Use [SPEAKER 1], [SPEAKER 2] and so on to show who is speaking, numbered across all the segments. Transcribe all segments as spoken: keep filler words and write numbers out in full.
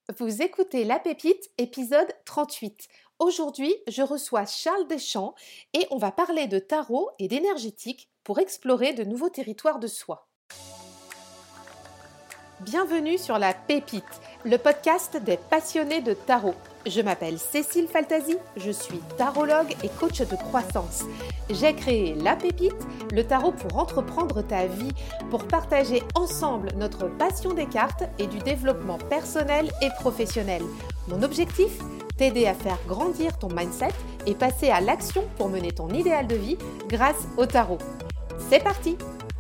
[SPEAKER 1] Vous écoutez La Pépite, épisode trente-huit. Aujourd'hui, je reçois Charles Deschamps et on va parler de tarot et d'énergétique pour explorer de nouveaux territoires de soi. Bienvenue sur La Pépite, le podcast des passionnés de tarot. Je m'appelle Cécile Faltasi, je suis tarologue et coach de croissance. J'ai créé La Pépite, le tarot pour entreprendre ta vie, pour partager ensemble notre passion des cartes et du développement personnel et professionnel. Mon objectif ? T'aider à faire grandir ton mindset et passer à l'action pour mener ton idéal de vie grâce au tarot. C'est parti !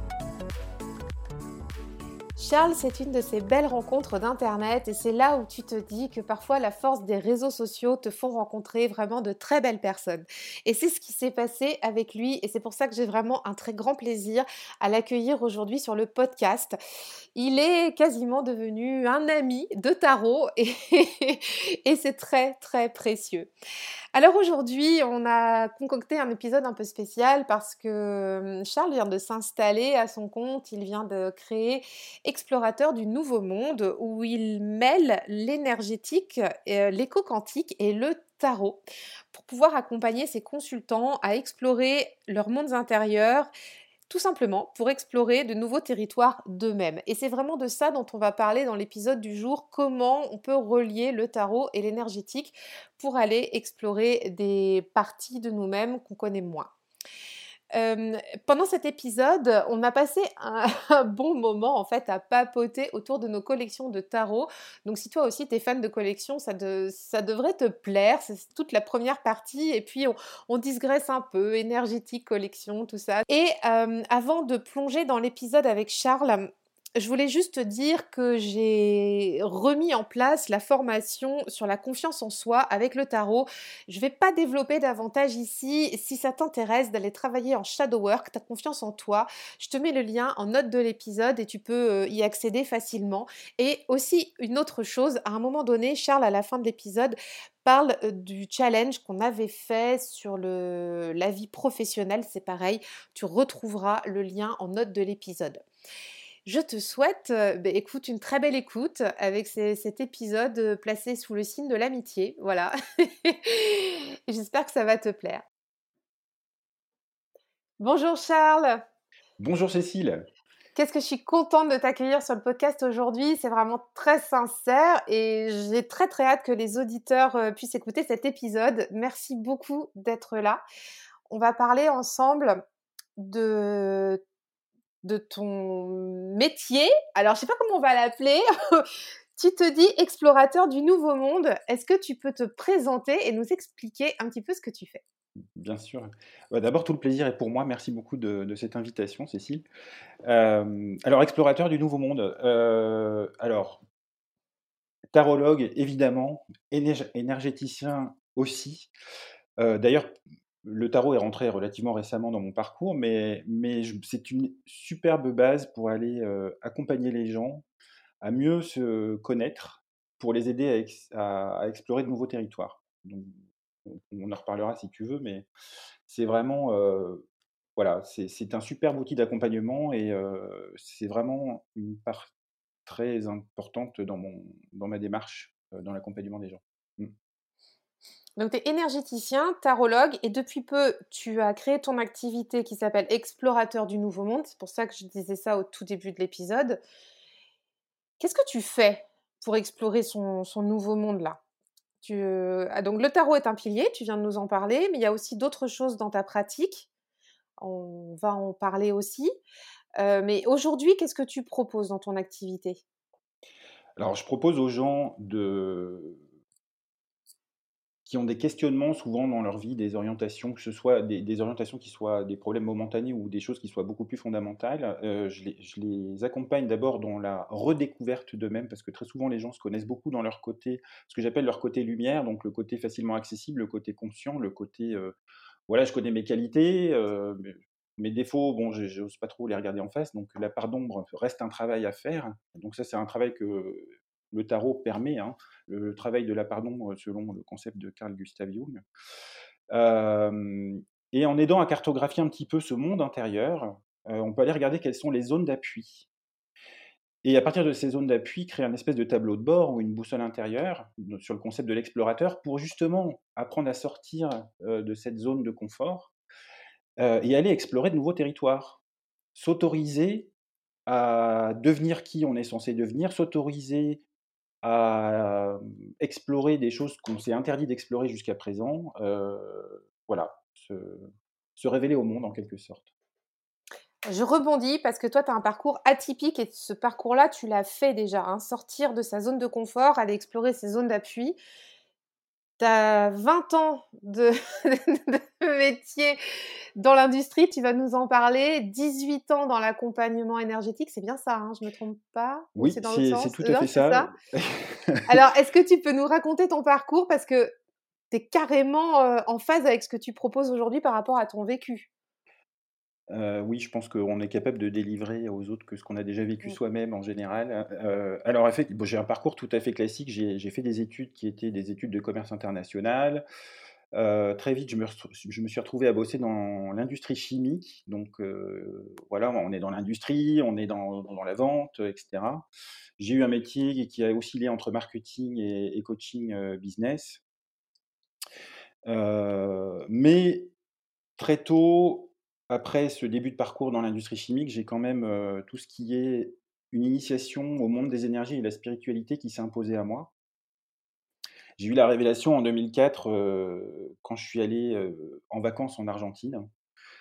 [SPEAKER 1] Charles, c'est une de ces belles rencontres d'Internet et c'est là où tu te dis que parfois la force des réseaux sociaux te font rencontrer vraiment de très belles personnes. Et c'est ce qui s'est passé avec lui et c'est pour ça que j'ai vraiment un très grand plaisir à l'accueillir aujourd'hui sur le podcast. Il est quasiment devenu un ami de tarot et, et c'est très très précieux. Alors aujourd'hui, on a concocté un épisode un peu spécial parce que Charles vient de s'installer à son compte, il vient de créer Explorateur du Nouveau Monde où il mêle l'énergétique, euh, l'éco-quantique et le tarot pour pouvoir accompagner ses consultants à explorer leurs mondes intérieurs, tout simplement pour explorer de nouveaux territoires d'eux-mêmes. Et c'est vraiment de ça dont on va parler dans l'épisode du jour, comment on peut relier le tarot et l'énergétique pour aller explorer des parties de nous-mêmes qu'on connaît moins. Euh, pendant cet épisode, on a passé un, un bon moment en fait à papoter autour de nos collections de tarot. Donc si toi aussi t'es fan de collections, ça, de, ça devrait te plaire. C'est toute la première partie et puis on, on digresse un peu, énergétique, collection, tout ça. Et euh, avant de plonger dans l'épisode avec Charles, je voulais juste te dire que j'ai remis en place la formation sur la confiance en soi avec le tarot. Je ne vais pas développer davantage ici. Si ça t'intéresse d'aller travailler en shadow work, ta confiance en toi, je te mets le lien en note de l'épisode et tu peux y accéder facilement. Et aussi une autre chose, à un moment donné, Charles, à la fin de l'épisode, parle du challenge qu'on avait fait sur le, la vie professionnelle. C'est pareil, tu retrouveras le lien en note de l'épisode. Je te souhaite, euh, bah, écoute, une très belle écoute avec ces, cet épisode euh, placé sous le signe de l'amitié. Voilà. Et j'espère que ça va te plaire. Bonjour Charles.
[SPEAKER 2] Bonjour Cécile.
[SPEAKER 1] Qu'est-ce que je suis contente de t'accueillir sur le podcast aujourd'hui. C'est vraiment très sincère et j'ai très très hâte que les auditeurs euh, puissent écouter cet épisode. Merci beaucoup d'être là. On va parler ensemble de de ton métier. Alors, je sais pas comment on va l'appeler. Tu te dis explorateur du Nouveau Monde. Est-ce que tu peux te présenter et nous expliquer un petit peu ce que tu fais ?
[SPEAKER 2] Bien sûr. Bah, d'abord, tout le plaisir est pour moi. Merci beaucoup de, de cette invitation, Cécile. Euh, alors, explorateur du Nouveau Monde. Euh, alors, tarologue, évidemment. Éner- énergéticien aussi. Euh, d'ailleurs, le tarot est rentré relativement récemment dans mon parcours, mais, mais je- c'est une superbe base pour aller euh, accompagner les gens à mieux se connaître, pour les aider à, ex- à- à explorer de nouveaux territoires. Donc, on, on en reparlera si tu veux, mais c'est vraiment, euh, voilà, c'est c'est un superbe outil d'accompagnement et euh, c'est vraiment une part très importante dans, mon, dans ma démarche, euh, dans l'accompagnement des gens. Mm.
[SPEAKER 1] Donc, tu es énergéticien, tarologue, et depuis peu, tu as créé ton activité qui s'appelle Explorateur du Nouveau Monde. C'est pour ça que je disais ça au tout début de l'épisode. Qu'est-ce que tu fais pour explorer son, son nouveau monde-là ? Tu, euh, ah, donc, le tarot est un pilier, tu viens de nous en parler, mais il y a aussi d'autres choses dans ta pratique. On va en parler aussi. Euh, mais aujourd'hui, qu'est-ce que tu proposes dans ton activité ?
[SPEAKER 2] Alors, je propose aux gens de qui ont des questionnements souvent dans leur vie, des orientations, que ce soit des, des orientations qui soient des problèmes momentanés ou des choses qui soient beaucoup plus fondamentales. Euh, je, les, je les accompagne d'abord dans la redécouverte d'eux-mêmes, parce que très souvent les gens se connaissent beaucoup dans leur côté, ce que j'appelle leur côté lumière, donc le côté facilement accessible, le côté conscient, le côté, euh, voilà, je connais mes qualités, euh, mes, mes défauts, bon, je n'ose pas trop les regarder en face, donc la part d'ombre reste un travail à faire. Donc ça, c'est un travail que le tarot permet, hein, le, le travail de la part d'ombre selon le concept de Carl Gustav Jung. Euh, et en aidant à cartographier un petit peu ce monde intérieur, euh, on peut aller regarder quelles sont les zones d'appui. et à partir de ces zones d'appui, créer un espèce de tableau de bord ou une boussole intérieure, de sur le concept de l'explorateur pour justement apprendre à sortir, heu, de cette zone de confort, heu et aller explorer de nouveaux territoires. S'autoriser à devenir qui on est censé devenir, s'autoriser à, mmh, explorer des choses qu'on s'est interdit d'explorer jusqu'à présent, heu, voilà, se se révéler au monde en quelque sorte.
[SPEAKER 1] Je rebondis parce que toi, tu as un parcours atypique et ce parcours-là, tu l'as fait déjà, hein, sortir de sa zone de confort, aller explorer ses zones d'appui. Tu as vingt ans de de métier dans l'industrie, tu vas nous en parler, dix-huit ans dans l'accompagnement énergétique, c'est bien ça, hein, je me trompe pas? Ou
[SPEAKER 2] Oui,
[SPEAKER 1] c'est dans l'autre
[SPEAKER 2] c'est c'est
[SPEAKER 1] sens?
[SPEAKER 2] tout à
[SPEAKER 1] Non,
[SPEAKER 2] fait
[SPEAKER 1] c'est
[SPEAKER 2] ça.
[SPEAKER 1] ça? Alors, est-ce que tu peux nous raconter ton parcours? Parce que tu es carrément, heu, en phase avec ce que tu proposes aujourd'hui par rapport à ton vécu.
[SPEAKER 2] Heu, oui, je pense qu'on est capable de délivrer aux autres que ce qu'on a déjà vécu
[SPEAKER 1] Mmh.
[SPEAKER 2] soi-même en général. Heu, alors effect bon, j'ai un parcours tout à fait classique. J'ai j'ai fait des études qui étaient des études de commerce international. Heu, très vite, je me retr je me suis retrouvé à bosser dans l'industrie chimique. Donc, heu, voilà, on est dans l'industrie, on est dans dans la vente, heu, et cetera. J'ai eu un métier qui a oscillé entre marketing et et coaching, heu, business. Heu, mais très tôt, après ce début de parcours dans l'industrie chimique, j'ai quand même, heu, tout ce qui est une initiation au monde des énergies et de la spiritualité qui s'est imposée à moi. J'ai eu la révélation en deux mille quatre, heu, quand je suis allé, heu, en vacances en Argentine.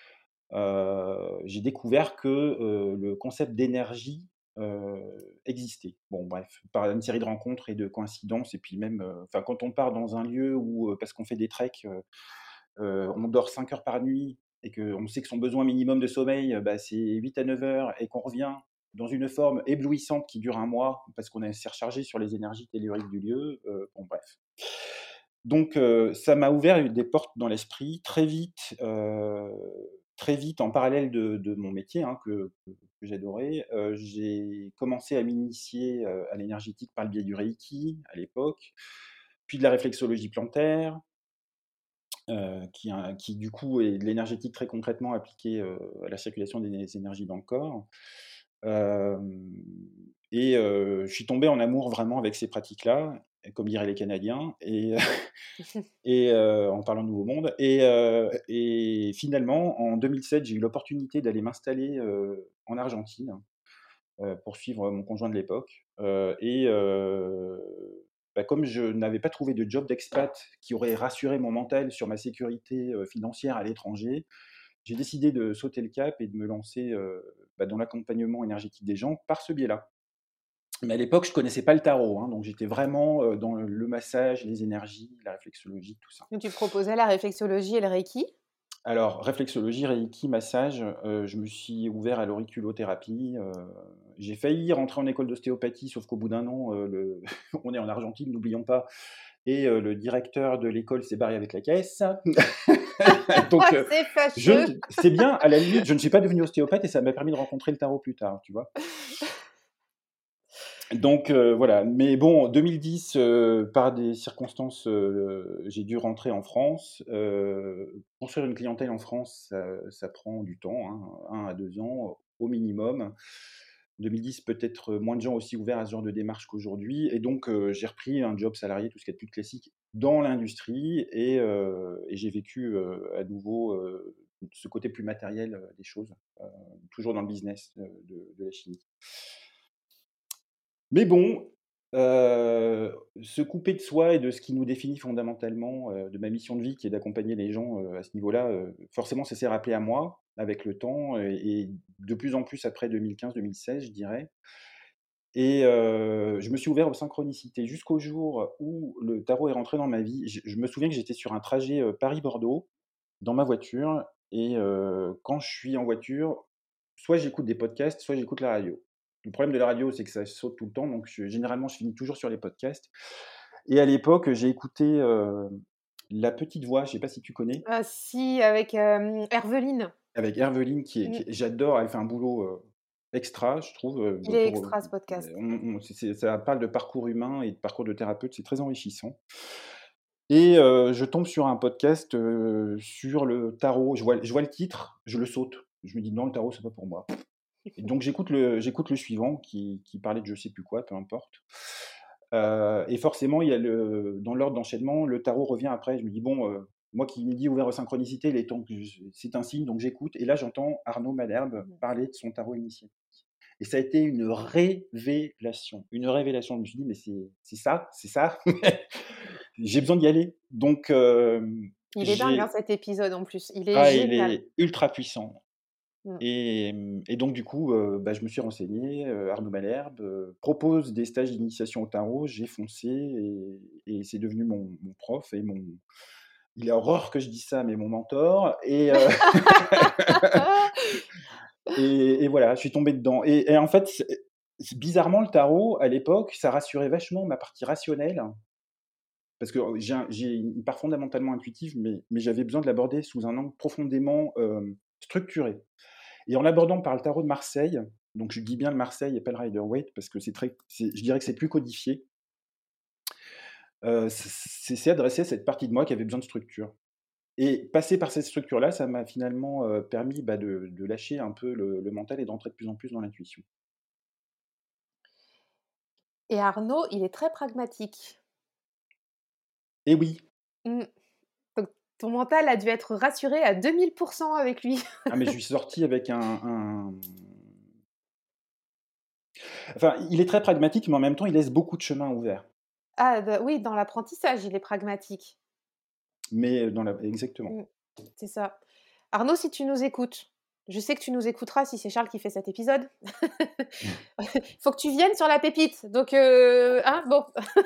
[SPEAKER 2] Heu, j'ai découvert que, heu, le concept d'énergie, heu, existait. Bon bref, par une série de rencontres et de coïncidences et puis même, heu, enfin quand on part dans un lieu où, heu, parce qu'on fait des treks, heu heu, on dort cinq heures par nuit et qu'on sait que son besoin minimum de sommeil, heu, bah, c'est huit à neuf heures et qu'on revient dans une forme éblouissante qui dure un mois parce qu'on a s'est rechargé sur les énergies telluriques du lieu, heu, bon bref. Donc heu, ça m'a ouvert des portes dans l'esprit très vite, heu, très vite en parallèle de de mon métier, hein, que que que j'adorais, heu, j'ai commencé à m'initier, heu, à l'énergétique par le biais du reiki à l'époque, puis de la réflexologie plantaire, heu, qui a qui du coup est de l'énergétique très concrètement appliquée, heu, à la circulation des énergies dans le corps. Hem et heu, je suis tombé en amour vraiment avec ces pratiques-là, comme diraient les Canadiens et et heu, en parlant de Nouveau Monde et heu et finalement en deux mille sept, j'ai eu l'opportunité d'aller m'installer, heu, en Argentine, heu, pour suivre mon conjoint de l'époque, heu et heu, bah, comme je n'avais pas trouvé de job d'expat qui aurait rassuré mon mental sur ma sécurité, heu, financière à l'étranger, j'ai décidé de sauter le cap et de me lancer, heu, bah, dans l'accompagnement énergétique des gens par ce biais-là. Mais à l'époque, je connaissais pas le tarot, hein, donc j'étais vraiment, heu, dans le massage, les énergies, la réflexologie, tout ça.
[SPEAKER 1] Donc tu proposais la réflexologie et le reiki?
[SPEAKER 2] Alors réflexologie, reiki, massage, heu, je me suis ouvert à l'auriculothérapie, heu, j'ai failli rentrer en école d'ostéopathie, sauf qu'au bout d'un an, heu, le on est en Argentine, n'oublions pas et heu, le directeur de l'école s'est barré avec la caisse. Donc heu,
[SPEAKER 1] C'est
[SPEAKER 2] je ne
[SPEAKER 1] fâcheux!
[SPEAKER 2] c'est bien, à la limite, je ne suis pas devenu ostéopathe et ça m'a permis de rencontrer le tarot plus tard, tu vois? Donc heu, voilà, mais bon, en deux mille dix, heu, par des circonstances, heu, j'ai dû rentrer en France. Heu, construire une clientèle en France, ça ça prend du temps, hein, un à deux ans au minimum. deux mille dix, peut-être moins de gens aussi ouverts à ce genre de démarche qu'aujourd'hui et donc heu, j'ai repris un job salarié, tout ce qu'il y a de plus classique dans l'industrie et heu et j'ai vécu, heu, à nouveau, heu, ce côté plus matériel, heu, des choses, heu, toujours dans le business, heu, de de la chimie. Mais bon, heu, se couper de soi et de ce qui nous définit fondamentalement, heu, de ma mission de vie qui est d'accompagner les gens, heu, à ce niveau-là, heu, forcément ça s'est rappelé à moi avec le temps et et de plus en plus après deux mille quinze-deux mille seize, je dirais et heu, je me suis ouvert aux synchronicités jusqu'au jour où le tarot est rentré dans ma vie. Je je me souviens que j'étais sur un trajet, heu, Paris-Bordeaux, dans ma voiture et heu, quand je suis en voiture, soit j'écoute des podcasts, soit j'écoute la radio. Le problème de la radio, c'est que ça saute tout le temps, donc je généralement, je finis toujours sur les podcasts et à l'époque, j'ai écouté, heu, La Petite Voix, je sais pas si tu connais?
[SPEAKER 1] Ah si, avec, hem, Herveline.
[SPEAKER 2] Avec Herveline qui est
[SPEAKER 1] Mmh.
[SPEAKER 2] qui est j'adore, elle fait un boulot, heu, extra, je trouve, heu,
[SPEAKER 1] Il
[SPEAKER 2] bah,
[SPEAKER 1] est
[SPEAKER 2] pour, heu,
[SPEAKER 1] extra ce podcast.
[SPEAKER 2] on on c'est c'est ça parle de parcours humain et de parcours de thérapeute, c'est très enrichissant et heu, je tombe sur un podcast, heu, sur le tarot. Je vois je vois le titre, je le saute. Je me dis: «Non, le tarot, c'est pas pour moi». Et donc j'écoute le j'écoute le suivant qui qui parlait de je sais plus quoi, peu importe. Heu et forcément, il y a le dans l'ordre d'enchaînement, le tarot revient après. Je me dis: «Bon, heu, moi qui me dis ouvert aux synchronicités, il est temps que je c'est un signe», donc j'écoute et là j'entends Arnaud Malherbe
[SPEAKER 1] Mmh.
[SPEAKER 2] parler de son tarot initiatique et ça a été une révélation, une révélation. Je me suis dit: «Mais c'est c'est ça, c'est ça? J'ai besoin d'y aller». Donc hem,
[SPEAKER 1] Il est dingue, hein,
[SPEAKER 2] j'ai
[SPEAKER 1] cet épisode en plus. Il est
[SPEAKER 2] ah, il
[SPEAKER 1] génial.
[SPEAKER 2] est ultra puissant.
[SPEAKER 1] Mmh.
[SPEAKER 2] Et mmh et donc du coup, heu, bah, je me suis renseigné, heu, Arnaud Malherbe, heu, propose des stages d'initiation au tarot, j'ai foncé et et c'est devenu mon mon prof et mon il a horreur que je dise ça, mais mon mentor et heu et et voilà, je suis tombé dedans et et en fait, c'est c'est bizarrement le tarot, à l'époque, ça rassurait vachement ma partie rationnelle parce que, heu, j'ai un j'ai une part fondamentalement intuitive, mais mais j'avais besoin de l'aborder sous un angle profondément, hem, structuré. Et en l'abordant par le tarot de Marseille, donc je dis bien le Marseille et pas le Rider-Waite parce que c'est très c'est je dirais que c'est plus codifié, heu, c c'est c'est adressé à cette partie de moi qui avait besoin de structure et passer par cette structure-là, ça m'a finalement, heu, permis, bah, de de lâcher un peu le le mental et d'entrer de plus en plus dans l'intuition.
[SPEAKER 1] Et Arnaud, il est très pragmatique.
[SPEAKER 2] Et oui,
[SPEAKER 1] Mmh. Donc ton mental a dû être rassuré à deux mille avec lui.
[SPEAKER 2] ah mais je suis sorti avec un un enfin, il est très pragmatique, mais en même temps, il laisse beaucoup de chemin ouvert.
[SPEAKER 1] Ah bah, oui, dans l'apprentissage, il est pragmatique.
[SPEAKER 2] Mais dans la exactement.
[SPEAKER 1] Mmh. C'est ça. Arnaud, si tu nous écoutes, je sais que tu nous écouteras si c'est Charles qui fait cet épisode. Faut que tu viennes sur la pépite. Donc, heu, hein, bon,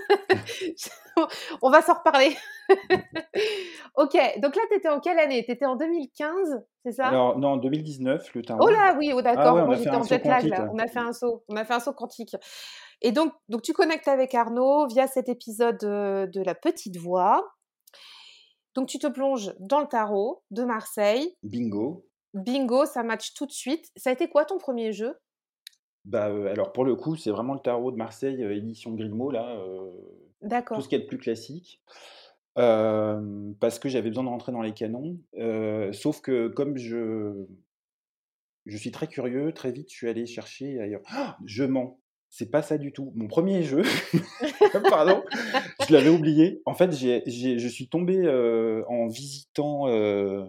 [SPEAKER 1] on va s'en reparler. OK, donc là, tu étais en quelle année? Tu étais en deux mille quinze, c'est ça?
[SPEAKER 2] Alors non, deux mille dix-neuf, le
[SPEAKER 1] Oh
[SPEAKER 2] tarot.
[SPEAKER 1] là, oui, oh
[SPEAKER 2] Ah ouais,
[SPEAKER 1] d'accord,
[SPEAKER 2] on
[SPEAKER 1] moi
[SPEAKER 2] a fait
[SPEAKER 1] j'étais
[SPEAKER 2] un
[SPEAKER 1] en
[SPEAKER 2] saut
[SPEAKER 1] jet lag
[SPEAKER 2] quantique
[SPEAKER 1] là,
[SPEAKER 2] là.
[SPEAKER 1] on a fait un saut, on a fait un saut quantique et donc donc tu connectes avec Arnaud via cet épisode, heu, de La Petite Voix. Donc tu te plonges dans le tarot de Marseille.
[SPEAKER 2] Bingo.
[SPEAKER 1] Bingo, ça match tout de suite. Ça a été quoi ton premier jeu?
[SPEAKER 2] Bah, heu, alors pour le coup, c'est vraiment le tarot de Marseille, heu, édition Grimaud là, heu, tout ce
[SPEAKER 1] D'accord.
[SPEAKER 2] qu'il y a de plus classique. Hem, parce que j'avais besoin de rentrer dans les canons, heu, sauf que comme je je suis très curieux, très vite je suis allé chercher ailleurs. Ah, je mens, c'est pas ça du tout. Mon premier jeu, pardon, je l'avais oublié. En fait, j'ai j'ai je suis tombé, heu, en visitant, heu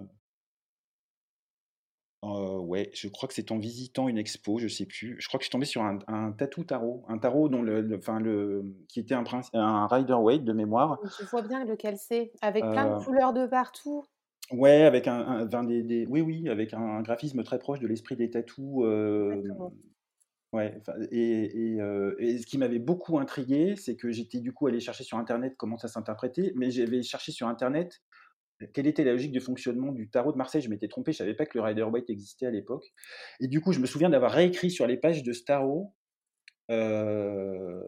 [SPEAKER 2] Heu, ouais, je crois que c'est en visitant une expo, je sais plus. Je crois que je suis tombé sur un un tattoo tarot, un tarot dont le le enfin le qui était un prince un Rider-Waite de mémoire.
[SPEAKER 1] Je vois bien lequel c'est, avec plein de
[SPEAKER 2] Heu,
[SPEAKER 1] couleurs de partout.
[SPEAKER 2] ouais, avec un un enfin des des oui, oui, avec un un graphisme très proche de l'esprit des tatous, hem,
[SPEAKER 1] Exactement.
[SPEAKER 2] ouais, enfin et et heu et ce qui m'avait beaucoup intrigué, c'est que j'étais du coup allé chercher sur internet comment ça s'interprétait, mais j'avais cherché sur internet quelle était la logique de fonctionnement du tarot de Marseille? Je m'étais trompé, je savais pas que le Rider-Waite existait à l'époque et du coup, je me souviens d'avoir réécrit sur les pages de ce tarot, heu,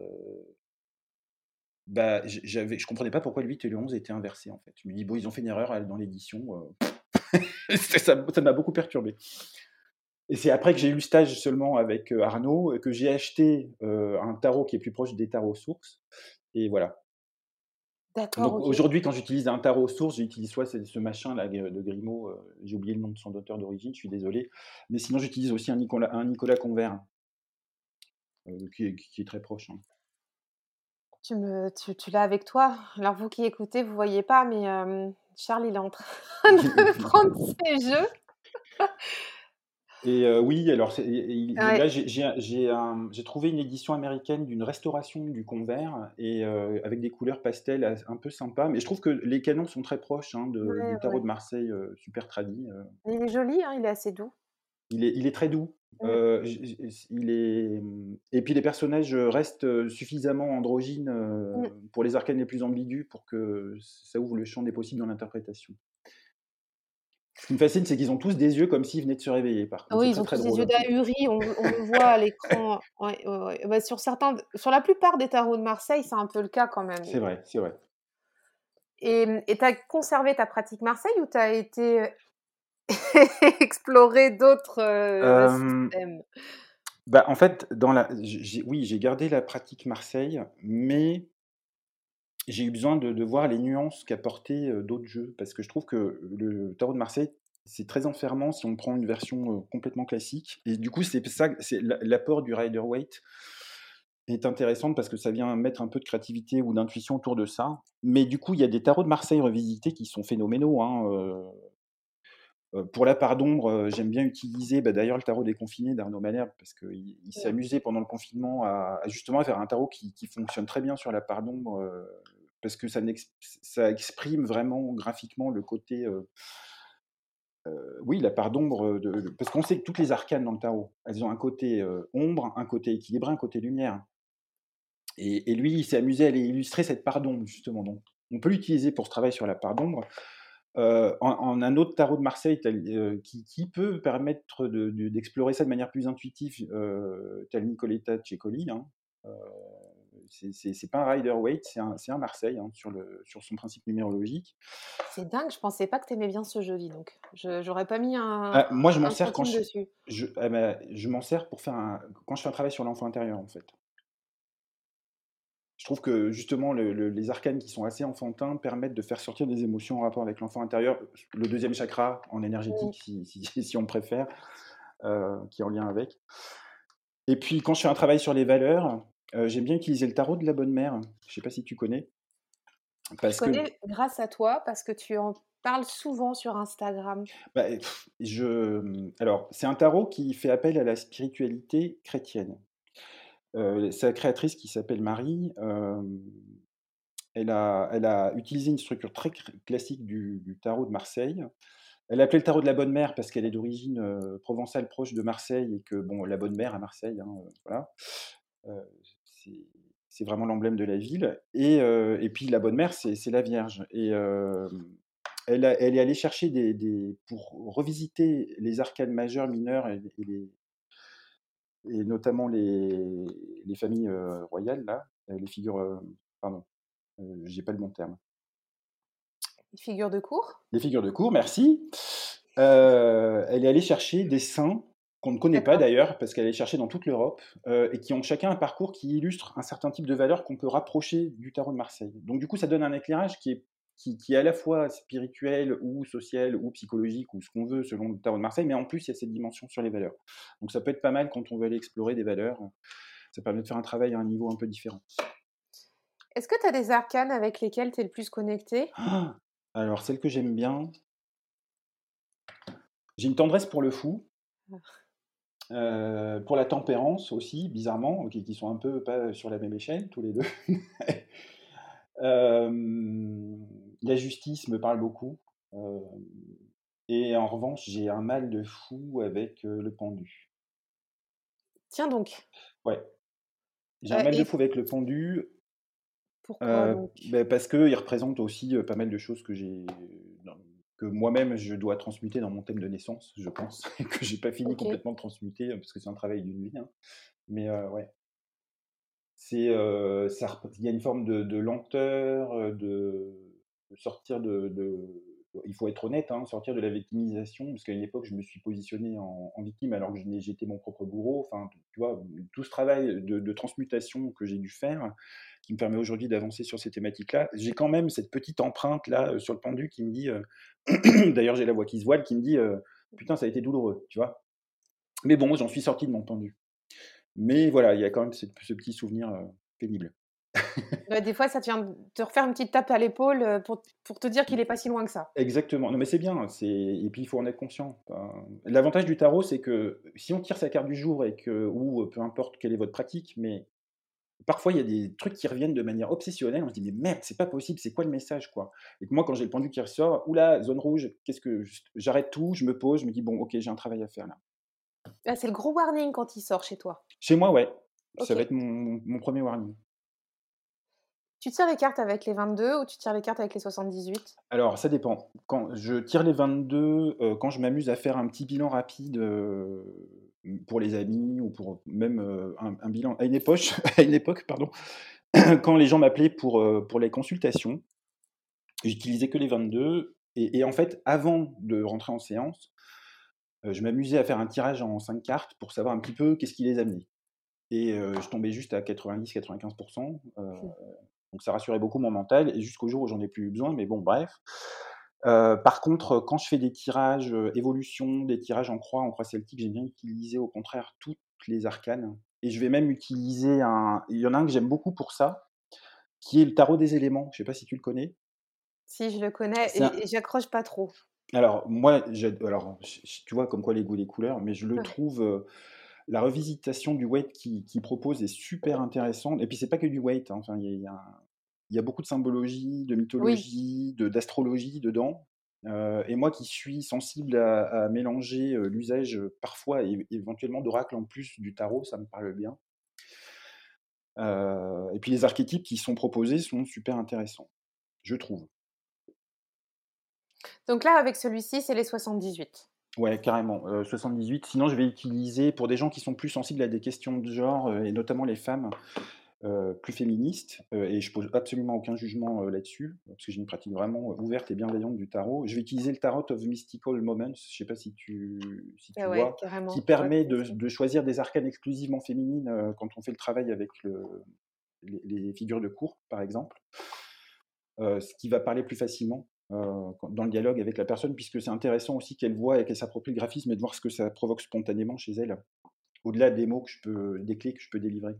[SPEAKER 2] bah, j j'avais je comprenais pas pourquoi le huit et le onze étaient inversés, en fait. Je me dis: «Bon, ils ont fait une erreur à dans l'édition», heu, ça ça ça m'a beaucoup perturbé et c'est après que j'ai eu le stage seulement avec, heu, Arnaud et que j'ai acheté, heu, un tarot qui est plus proche des tarots sources et voilà.
[SPEAKER 1] D'accord,
[SPEAKER 2] Donc
[SPEAKER 1] OK.
[SPEAKER 2] aujourd'hui, quand j'utilise un tarot source, j'utilise soit c'est ce machin-là g de Grimaud, heu, j'ai oublié le nom de son auteur d'origine, je suis désolé. Mais sinon, j'utilise aussi un Nicolas un Nicolas Convert, heu, qui est qui est très proche, hein.
[SPEAKER 1] Tu me tu tu l'as avec toi. Alors vous qui écoutez, vous voyez pas, mais hem, Charles, il est en train de prendre ses jeux.
[SPEAKER 2] Et heu, oui, alors c'est et et là,
[SPEAKER 1] Ouais,
[SPEAKER 2] j'ai j'ai un j'ai un j'ai trouvé une édition américaine d'une restauration du Convert et heu, avec des couleurs pastel as un peu sympa, mais je trouve que les canons sont très proches, hein,
[SPEAKER 1] ouais,
[SPEAKER 2] de
[SPEAKER 1] ouais,
[SPEAKER 2] du tarot
[SPEAKER 1] ouais.
[SPEAKER 2] de Marseille, heu, super tradi, heu
[SPEAKER 1] Il est joli, hein, il est assez doux.
[SPEAKER 2] Il est il est très doux,
[SPEAKER 1] Mmh,
[SPEAKER 2] heu, j j il est, mmh et puis les personnages, restent, heu, suffisamment androgynes,
[SPEAKER 1] mmh.
[SPEAKER 2] heu, pour les arcanes les plus ambigus pour que ça ouvre le champ des possibles dans l'interprétation. Ce qui me fascine, c'est qu'ils ont tous des yeux comme s'ils venaient de se réveiller par
[SPEAKER 1] Ah
[SPEAKER 2] contre, c'est
[SPEAKER 1] oui, ils
[SPEAKER 2] très,
[SPEAKER 1] ont
[SPEAKER 2] très
[SPEAKER 1] tous des yeux
[SPEAKER 2] drôle.
[SPEAKER 1] d'ahuris, on le on le voit à l'écran. Ouais, ouais, ouais. Bah, sur certains sur la plupart des tarots de Marseille, c'est un peu le cas quand même.
[SPEAKER 2] C'est vrai, c'est vrai.
[SPEAKER 1] Et mmh et tu as conservé ta pratique Marseille ou tu as été, heu, explorer d'autres, heu,
[SPEAKER 2] Hem,
[SPEAKER 1] systèmes?
[SPEAKER 2] bah, en fait, dans la j'ai j'ai oui, j'ai gardé la pratique Marseille, mais j'ai eu besoin de de voir les nuances qu'apportaient, heu, d'autres jeux parce que je trouve que le tarot de Marseille c'est très enfermant si on prend une version, heu, complètement classique et du coup, c'est p ça c'est l'a l'apport du Rider-Waite est intéressante parce que ça vient mettre un peu de créativité ou d'intuition autour de ça. Mais du coup, il y a des tarots de Marseille revisités qui sont phénoménaux, hein, heu heu, pour la part d'ombre, heu, j'aime bien utiliser, bah, d'ailleurs le tarot déconfiné d'Arnaud Malherbe parce qu'il il s'est
[SPEAKER 1] Mmh.
[SPEAKER 2] amusé pendant le confinement à à justement à faire un tarot qui qui fonctionne très bien sur la part d'ombre, heu, parce que ça n'ex ça exprime vraiment graphiquement le côté, heu heu, oui, la part d'ombre, heu, de de parce qu'on sait que toutes les arcanes dans le tarot, elles ont un côté, heu, ombre, un côté équilibré, un côté lumière. Et et lui, il s'est amusé à aller illustrer cette part d'ombre justement, donc on peut l'utiliser pour ce travail sur la part d'ombre. Heu, en en un autre tarot de Marseille tel heu, qui qui peut permettre de de d'explorer ça de manière plus intuitive, heu, tel Nicoletta Cecoli, hein, heu, c'est c'est c'est pas un Rider-Waite, c'est un c'est un Marseille, hein, sur le sur son principe numérologique.
[SPEAKER 1] C'est dingue, je pensais pas que tu aimais bien ce jeu, dis donc. Je j'aurais pas mis un
[SPEAKER 2] Ah, moi je m'en
[SPEAKER 1] un
[SPEAKER 2] sers quand
[SPEAKER 1] centime
[SPEAKER 2] je
[SPEAKER 1] dessus.
[SPEAKER 2] je ah bah, je m'en sers pour faire un quand je fais un travail sur l'enfant intérieur, en fait. Je trouve que justement le le les arcanes qui sont assez enfantins permettent de faire sortir des émotions en rapport avec l'enfant intérieur, le deuxième chakra en
[SPEAKER 1] Mmh.
[SPEAKER 2] énergétique si si si on préfère, heu, qui est en lien avec. Et puis quand je fais un travail sur les valeurs, heu, j'aime bien utiliser le tarot de la bonne mère. Je sais pas si tu connais?
[SPEAKER 1] Je
[SPEAKER 2] Parce que
[SPEAKER 1] connais grâce à toi, parce que tu en parles souvent sur Instagram.
[SPEAKER 2] bah, pff, je, mmh, alors c'est un tarot qui fait appel à la spiritualité chrétienne. Heu, sa créatrice qui s'appelle Marie, hem, elle a elle a utilisé une structure très cr classique du du tarot de Marseille. Elle l'appelait le tarot de la bonne mère parce qu'elle est d'origine, heu, provençale proche de Marseille et que bon, la bonne mère à Marseille, hein, heu, voilà. Heu, c'est c'est vraiment l'emblème de la ville et heu et puis la bonne mère, c'est c'est la Vierge et hem, elle a elle est allée chercher des des pour revisiter les arcanes majeures, mineures et et les et notamment les les familles, heu, royales là, heu, les figures, heu, pardon, heu, j'ai pas le bon terme.
[SPEAKER 1] Figure de cour?
[SPEAKER 2] Les figures de cour, merci. Heu, elle est allée chercher des saints qu'on ne connaît pas
[SPEAKER 1] D'accord.
[SPEAKER 2] d'ailleurs, parce qu'elle est cherchée dans toute l'Europe, heu et qui ont chacun un parcours qui illustre un certain type de valeurs qu'on peut rapprocher du tarot de Marseille. Donc du coup, ça donne un éclairage qui est qui qui est à la fois spirituel ou social ou psychologique ou ce qu'on veut selon le tarot de Marseille, mais en plus, il y a cette dimension sur les valeurs. Donc ça peut être pas mal quand on veut aller explorer des valeurs, ça permet de faire un travail à un niveau un peu différent.
[SPEAKER 1] Est-ce que tu as des arcanes avec lesquelles tu es le plus connecté?
[SPEAKER 2] Ah, alors celle que j'aime bien, j'ai une tendresse pour le fou. Heu, pour la tempérance aussi, bizarrement, qui qui sont un peu pas sur la même échelle tous les deux. Hem, la justice me parle beaucoup, hem et en revanche, j'ai un mal de fou avec, heu, le pendu.
[SPEAKER 1] Tiens donc,
[SPEAKER 2] Ouais, j'ai un
[SPEAKER 1] heu
[SPEAKER 2] mal de
[SPEAKER 1] et
[SPEAKER 2] fou avec le pendu,
[SPEAKER 1] pourquoi
[SPEAKER 2] heu,
[SPEAKER 1] donc?
[SPEAKER 2] beh, parce qu'il représente aussi, heu, pas mal de choses que j'ai dans que moi-même je dois transmuter dans mon thème de naissance, je pense, et que j'ai pas fini
[SPEAKER 1] OK.
[SPEAKER 2] complètement de transmuter, parce que c'est un travail d'une vie, hein. Mais, heu, ouais. C'est, heu, ça rep il y a une forme de de lenteur, heu, de de sortir de de il faut être honnête, hein, sortir de la victimisation, parce qu'à une époque, je me suis positionné en en victime alors que je n'ai j'étais mon propre bourreau. Enfin, tu vois? Tout ce travail de de transmutation que j'ai dû faire, qui me permet aujourd'hui d'avancer sur ces thématiques-là, j'ai quand même cette petite empreinte-là, heu, sur le pendu qui me dit, heu d'ailleurs, j'ai la voix qui se voile, qui me dit, heu: «Putain, ça a été douloureux», tu vois? Mais bon, j'en suis sorti de mon pendu. Mais voilà, il y a quand même ce ce petit souvenir, heu, pénible.
[SPEAKER 1] Bah, des fois, ça te vient de te refaire une petite tape à l'épaule, heu, pour pour te dire qu'il est pas si loin que ça.
[SPEAKER 2] Exactement. Non, mais c'est bien, c'est et puis il faut en être conscient. Enfin, l'avantage du tarot, c'est que si on tire sa carte du jour et que ou heu, peu importe quelle est votre pratique, mais parfois il y a des trucs qui reviennent de manière obsessionnelle, on se dit: «Mais merde, c'est pas possible, c'est quoi le message, quoi?» Et que moi, quand j'ai le pendu qui ressort: «Ouh là, zone rouge, qu'est-ce que j» j'arrête tout, je me pose, je me dis: «Bon, OK, j'ai un travail à faire là».
[SPEAKER 1] Là, c'est le gros warning quand il sort chez toi.
[SPEAKER 2] Chez moi, ouais, ça va
[SPEAKER 1] OK.
[SPEAKER 2] être mon mon mon premier warning.
[SPEAKER 1] Tu tires les cartes avec les vingt-deux ou tu tires les cartes avec les soixante-dix-huit?
[SPEAKER 2] Alors, ça dépend. Quand je tire les vingt-deux, heu, quand je m'amuse à faire un petit bilan rapide, heu, mmh, pour les amis ou pour même, heu, un un bilan à une époche à une époque, pardon, quand les gens m'appelaient pour, heu, pour les consultations, j'utilisais que les vingt-deux et et en fait, avant de rentrer en séance, heu, je m'amusais à faire un tirage en cinq cartes pour savoir un petit peu qu'est-ce qui les amenait et heu, je tombais juste à quatre-vingt-dix quatre-vingt-quinze heu,
[SPEAKER 1] Mmh.
[SPEAKER 2] donc ça rassurait beaucoup mon mental et jusqu'au jour où j'en ai plus eu besoin, mais bon bref. Heu, par contre, quand je fais des tirages, heu, évolution, des tirages en croix, en croix celtique, j'aime bien utiliser au contraire toutes les arcanes et je vais même utiliser un il y en a un que j'aime beaucoup pour ça, qui est le tarot des éléments. Je sais pas si tu le connais?
[SPEAKER 1] Si, je le connais
[SPEAKER 2] C'est un
[SPEAKER 1] et et j'accroche pas trop.
[SPEAKER 2] alors moi, j'ad alors ch ch tu vois comme quoi les goûts, les couleurs, mais je le
[SPEAKER 1] Ouais.
[SPEAKER 2] trouve, heu, la revisitation du Waite qu'il qu'il propose est super intéressante et puis c'est pas que du Waite, hein, enfin il y a il y a il y a beaucoup de symbologie, de
[SPEAKER 1] Oui.
[SPEAKER 2] mythologie, de d'astrologie dedans, heu et moi qui suis sensible à à mélanger, heu, l'usage, heu, parfois é éventuellement d'oracles en plus du tarot, ça me parle bien. Heu et puis les archétypes qui sont proposés sont super intéressants, je trouve.
[SPEAKER 1] Donc là, avec celui-ci, c'est les soixante-dix-huit.
[SPEAKER 2] Ouais, carrément, heu, soixante-dix-huit. Sinon, je vais utiliser pour des gens qui sont plus sensibles à des questions de genre, heu et notamment les femmes, heu, plus féministes, heu et je pose absolument aucun jugement, heu, là-dessus, parce que j'ai une pratique vraiment, heu, ouverte et bienveillante du tarot. Je vais utiliser le Tarot of Mystical Moments, je sais pas si tu si tu
[SPEAKER 1] Ah ouais,
[SPEAKER 2] vois? Qui
[SPEAKER 1] carrément, je vois ce
[SPEAKER 2] permet
[SPEAKER 1] que
[SPEAKER 2] de
[SPEAKER 1] c'est.
[SPEAKER 2] de choisir des arcanes exclusivement féminines, heu, quand on fait le travail avec le les les figures de cour, par exemple. Heu, ce qui va parler plus facilement, heu, quand dans le dialogue avec la personne, puisque c'est intéressant aussi qu'elle voit et qu'elle s'approprie le graphisme et de voir ce que ça provoque spontanément chez elle, au-delà des mots que je peux des clés que je peux délivrer.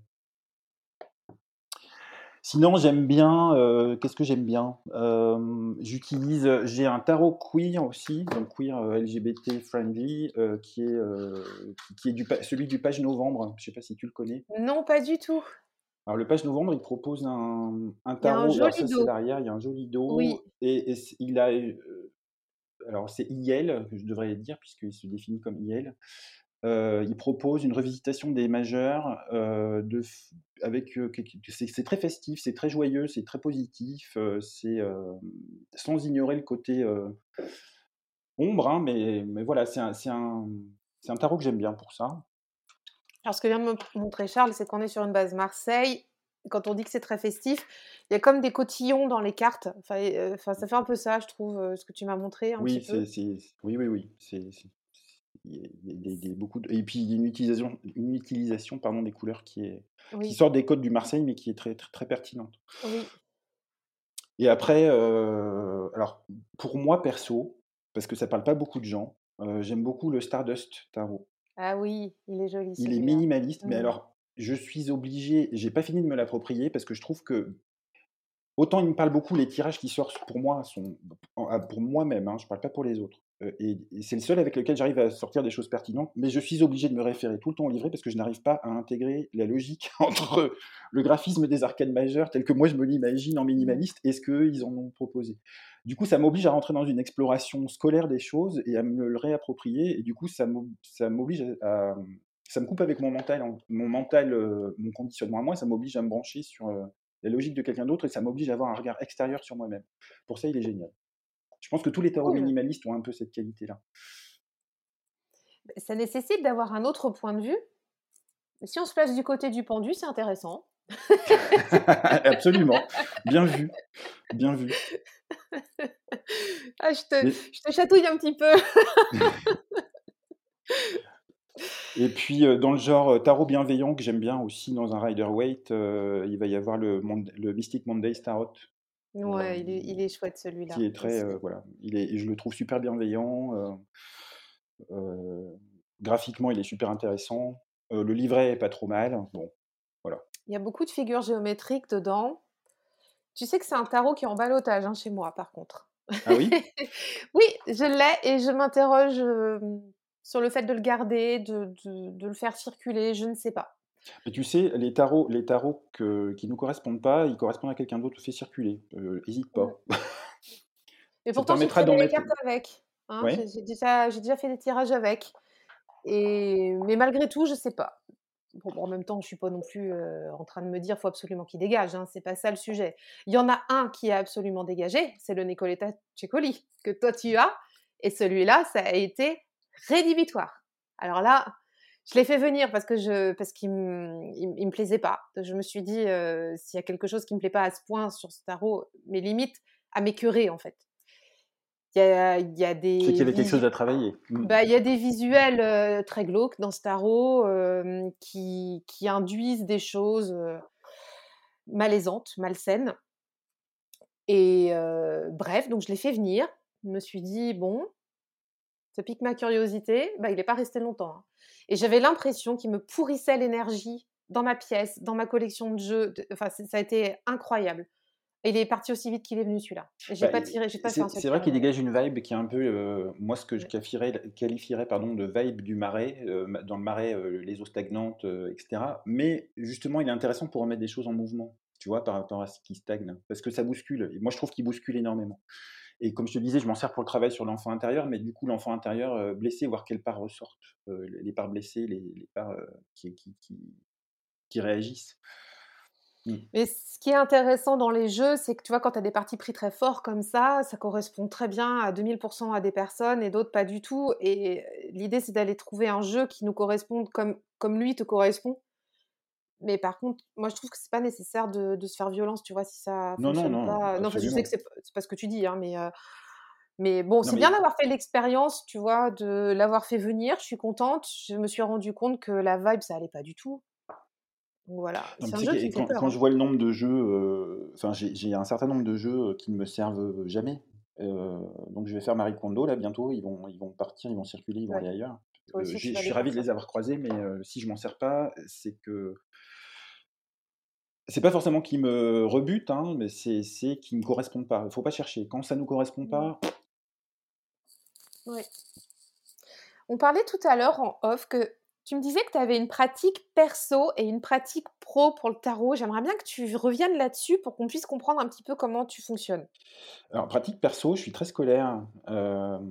[SPEAKER 2] Sinon, j'aime bien, heu, qu'est-ce que j'aime bien? Hem, j'utilise, heu, j'ai un tarot queer aussi, donc queer, heu, L G B T friendly, heu, qui est, heu, qui qui est du pa celui du Page Novembre, je sais pas si tu le connais?
[SPEAKER 1] Non, pas du tout.
[SPEAKER 2] Alors le Page Novembre, il propose un un
[SPEAKER 1] Il y a un
[SPEAKER 2] tarot, alors
[SPEAKER 1] joli
[SPEAKER 2] ça c'est
[SPEAKER 1] dos.
[SPEAKER 2] l'arrière, il y a un joli
[SPEAKER 1] Oui,
[SPEAKER 2] dos et et c il a, heu, alors c'est I L que je devrais dire puisqu'il se définit comme I L. Heu, il propose une revisitation des majeurs, heu, de f avec, heu, qu q c'est c'est très festif, c'est très joyeux, c'est très positif, heu, c'est, hem, sans ignorer le côté, heu, ombre, hein, mais mais voilà, c'est un c'est un c'est un tarot que j'aime bien pour ça.
[SPEAKER 1] alors ce que vient de me montrer Charles, c'est qu'on est sur une base Marseille. Quand on dit que c'est très festif, il y a comme des cotillons dans les cartes. Enfin et heu, enfin, ça fait un peu ça, je trouve, heu, ce que tu m'as montré un petit
[SPEAKER 2] Oui,
[SPEAKER 1] peu.
[SPEAKER 2] c'est c'est oui, oui, oui, c'est c'est il y a il y a des des beaucoup de et puis il y a une utilisation une utilisation, pardon, des couleurs qui est qui
[SPEAKER 1] Oui,
[SPEAKER 2] sort des codes du Marseille, mais qui est très, très, très pertinente.
[SPEAKER 1] oui.
[SPEAKER 2] Et après, heu, alors pour moi perso, parce que ça parle pas beaucoup de gens, heu, j'aime beaucoup le Stardust Tarot.
[SPEAKER 1] Ah oui, il est joli
[SPEAKER 2] Il est
[SPEAKER 1] celui-là.
[SPEAKER 2] minimaliste, mais
[SPEAKER 1] Mmh.
[SPEAKER 2] alors je suis obligé j'ai pas fini de me l'approprier parce que je trouve que autant il me parle beaucoup, les tirages qui sortent pour moi sont en ah, pour moi-même, hein, je parle pas pour les autres, heu et et c'est le seul avec lequel j'arrive à sortir des choses pertinentes, mais je suis obligé de me référer tout le temps au livret parce que je n'arrive pas à intégrer la logique entre le graphisme des arcanes majeures tel que moi je me l'imagine en
[SPEAKER 1] Mmh.
[SPEAKER 2] minimaliste et ce qu'eux ils en ont proposé. Du coup, ça m'oblige à rentrer dans une exploration scolaire des choses et à me le réapproprier et du coup ça m'ob ça m'oblige à à, mmh, ça me coupe avec mon mental en mon mental, heu, mon conditionnement à moi, ça m'oblige à me brancher sur, heu la logique de quelqu'un d'autre et ça m'oblige à avoir un regard extérieur sur moi-même. Pour ça, il est génial. Je pense que tous les tarots
[SPEAKER 1] Cool.
[SPEAKER 2] minimalistes ont un peu cette qualité-là.
[SPEAKER 1] Beh, ça nécessite d'avoir un autre point de vue. Si on se place du côté du pendu, c'est intéressant.
[SPEAKER 2] Absolument. Bien vu, bien vu.
[SPEAKER 1] Ah, je te
[SPEAKER 2] Et
[SPEAKER 1] je te chatouille un petit peu.
[SPEAKER 2] et puis, heu, dans le genre, heu, tarot bienveillant que j'aime bien aussi dans un Rider-Waite, heu, il va y avoir le Mond le Mystic Monday's Tarot,
[SPEAKER 1] Ouais, il est
[SPEAKER 2] hem,
[SPEAKER 1] il est chouette celui-là
[SPEAKER 2] qui est très,
[SPEAKER 1] aussi.
[SPEAKER 2] heu, voilà, il est je le trouve super bienveillant, heu heu, graphiquement, il est super intéressant, heu, le livret est pas trop mal, bon, voilà.
[SPEAKER 1] Il y a beaucoup de figures géométriques dedans. Tu sais que c'est un tarot qui est en ballotage, hein, chez moi, par contre.
[SPEAKER 2] Ah oui?
[SPEAKER 1] Oui, je l'ai et je m'interroge, hem, sur le fait de le garder, de de de le faire circuler, je ne sais pas.
[SPEAKER 2] Mais tu sais, les tarots les tarots que qui nous correspondent pas, ils correspondent à quelqu'un d'autre, fais circuler, heu, hésite
[SPEAKER 1] Mmh.
[SPEAKER 2] pas.
[SPEAKER 1] Et
[SPEAKER 2] Ça te
[SPEAKER 1] pourtant, j'ai
[SPEAKER 2] permettra d'en
[SPEAKER 1] tiré les
[SPEAKER 2] mettre
[SPEAKER 1] cartes avec, hein. J'ai
[SPEAKER 2] ouais?
[SPEAKER 1] j'ai déjà j'ai déjà fait des tirages avec et mais malgré tout, je sais pas. Bon, en même temps, je suis pas non plus, heu, en train de me dire: «Faut absolument qu'il dégage», hein, c'est pas ça le sujet. Il y en a un qui a absolument dégagé, c'est le Nicoletta Cecoli que toi tu as et celui-là, ça a été rédhibitoire. Alors là, je l'ai fait venir parce que je parce qu'il me il il me plaisait pas. Je me suis dit, heu: «S'il y a quelque chose qui me plaît pas à ce point sur ce tarot», mais limite à m'écœurer, en fait. Il y a il y a
[SPEAKER 2] C'est qu'il y
[SPEAKER 1] des
[SPEAKER 2] avait quelque chose
[SPEAKER 1] visu
[SPEAKER 2] à travailler. Mmh.
[SPEAKER 1] bah, il y a des visuels, heu, très glauques dans ce tarot, hem, qui qui induisent des choses, heu, malaisantes, malsaines et heu, bref, donc je l'ai fait venir. Je me suis dit: «Bon, ça pique ma curiosité». Bah, il est pas resté longtemps, hein, et j'avais l'impression qu'il me pourrissait l'énergie dans ma pièce, dans ma collection de jeux, de enfin, c'est ça a été incroyable, et il est parti aussi vite qu'il est venu celui-là. Et j'ai
[SPEAKER 2] Bah,
[SPEAKER 1] pas
[SPEAKER 2] et
[SPEAKER 1] tiré j'ai pas fait un
[SPEAKER 2] c'est
[SPEAKER 1] seul
[SPEAKER 2] c'est vrai
[SPEAKER 1] tir
[SPEAKER 2] qu'il
[SPEAKER 1] derrière.
[SPEAKER 2] dégage une vibe qui est un peu, heu, moi ce que je
[SPEAKER 1] Ouais.
[SPEAKER 2] qualifierais qualifierais pardon de vibe du Marais, heu, ma dans le Marais, heu, les eaux stagnantes, heu, et cetera. Mais justement, il est intéressant pour remettre des choses en mouvement, tu vois? Par rapport à ce qui stagne. Parce que ça bouscule et moi je trouve qu'il bouscule énormément. Et comme je te disais, je m'en sers pour le travail sur l'enfant intérieur, mais du coup l'enfant intérieur, heu, blessé, voir quelles parts ressortent, heu, les parts blessées, les les parts, heu, qui qui qui qui réagissent. Mmh.
[SPEAKER 1] Mais ce qui est intéressant dans les jeux, c'est que tu vois, quand tu as des partis pris très forts comme ça, ça correspond très bien à deux mille à des personnes et d'autres pas du tout. Et euh, l'idée, c'est d'aller trouver un jeu qui nous corresponde comme, comme lui te correspond. Mais par contre, moi, je trouve que c'est pas nécessaire de, de se faire violence, tu vois, si ça
[SPEAKER 2] Non, non,
[SPEAKER 1] fonctionne
[SPEAKER 2] non,
[SPEAKER 1] pas. Non, enfin, je sais que
[SPEAKER 2] absolument.
[SPEAKER 1] c'est p- c'est pas ce que tu dis, hein, mais, euh, mais bon,
[SPEAKER 2] Non
[SPEAKER 1] c'est bien
[SPEAKER 2] mais
[SPEAKER 1] d'avoir fait l'expérience, tu vois, de l'avoir fait venir. Je suis contente. Je me suis rendu compte que la vibe, ça allait pas du tout. Donc voilà,
[SPEAKER 2] non, mais
[SPEAKER 1] c'est un
[SPEAKER 2] tu sais
[SPEAKER 1] jeu
[SPEAKER 2] que
[SPEAKER 1] qui me fait
[SPEAKER 2] quand
[SPEAKER 1] peur,
[SPEAKER 2] quand
[SPEAKER 1] hein.
[SPEAKER 2] je vois le nombre de jeux, heu, enfin j'ai j'ai un certain nombre de jeux, heu, qui ne me servent jamais. Heu, donc je vais faire Marie Kondo là bientôt, ils vont ils vont partir, ils vont circuler, ils vont
[SPEAKER 1] Ouais.
[SPEAKER 2] aller ailleurs.
[SPEAKER 1] Toi
[SPEAKER 2] Heu,
[SPEAKER 1] aussi,
[SPEAKER 2] j'ai
[SPEAKER 1] tu
[SPEAKER 2] je
[SPEAKER 1] vas les
[SPEAKER 2] suis
[SPEAKER 1] faire
[SPEAKER 2] ravi de
[SPEAKER 1] ça.
[SPEAKER 2] les avoir croisés, mais heu, si je m'en sers pas, c'est que c'est pas forcément qu'ils me rebutent, hein, mais c'est c'est qu'ils me correspondent pas. Il faut pas chercher. Quand ça nous correspond
[SPEAKER 1] Mmh.
[SPEAKER 2] pas,
[SPEAKER 1] Ouais. On parlait tout à l'heure en off que tu me disais que tu avais une pratique perso et une pratique pro pour le tarot. J'aimerais bien que tu reviennes là-dessus pour qu'on puisse comprendre un petit peu comment tu fonctionnes.
[SPEAKER 2] alors pratique perso, je suis très scolaire. Hem,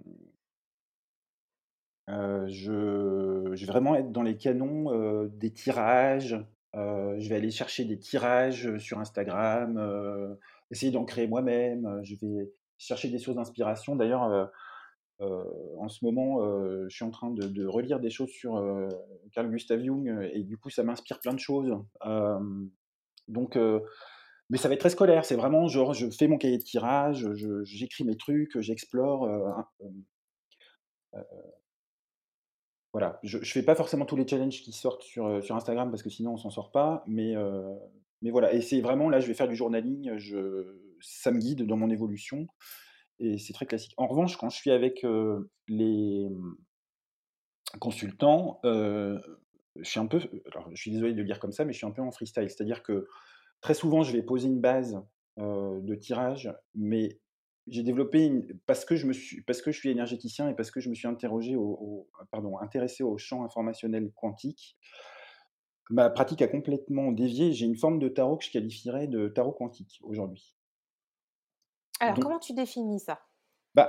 [SPEAKER 2] heu, je je vais vraiment être dans les canons, heu, des tirages. Heu, je vais aller chercher des tirages, heu, sur Instagram, heu, essayer d'en créer moi-même. Heu, je vais chercher des sources d'inspiration. D'ailleurs, heu heu, en ce moment, heu, je suis en train de de relire des choses sur, heu, Carl Gustav Jung, heu et du coup ça m'inspire plein de choses. Hem, donc heu Mais ça va être très scolaire, c'est vraiment genre je fais mon cahier de tirage, je j'écris mes trucs, j'explore, heu, hein, hem, voilà. Je je fais pas forcément tous les challenges qui sortent sur, heu, sur Instagram parce que sinon on s'en sort pas, mais heu, mais voilà et c'est vraiment là, je vais faire du journaling, je ça me guide dans mon évolution et c'est très classique. En revanche, quand je suis avec, heu, les, mmh, consultants, heu, je suis un peu alors je suis désolé de le dire comme ça, mais je suis un peu en freestyle. C'est-à-dire que très souvent, je vais poser une base, heu, de tirage, mais j'ai développé une parce que je me suis parce que je suis énergéticien et parce que je me suis interrogé au au pardon, intéressé au champ informationnel quantique, ma pratique a complètement dévié. J'ai une forme de tarot que je qualifierais de tarot quantique aujourd'hui.
[SPEAKER 1] Alors,
[SPEAKER 2] Donc
[SPEAKER 1] comment tu définis ça?
[SPEAKER 2] bah,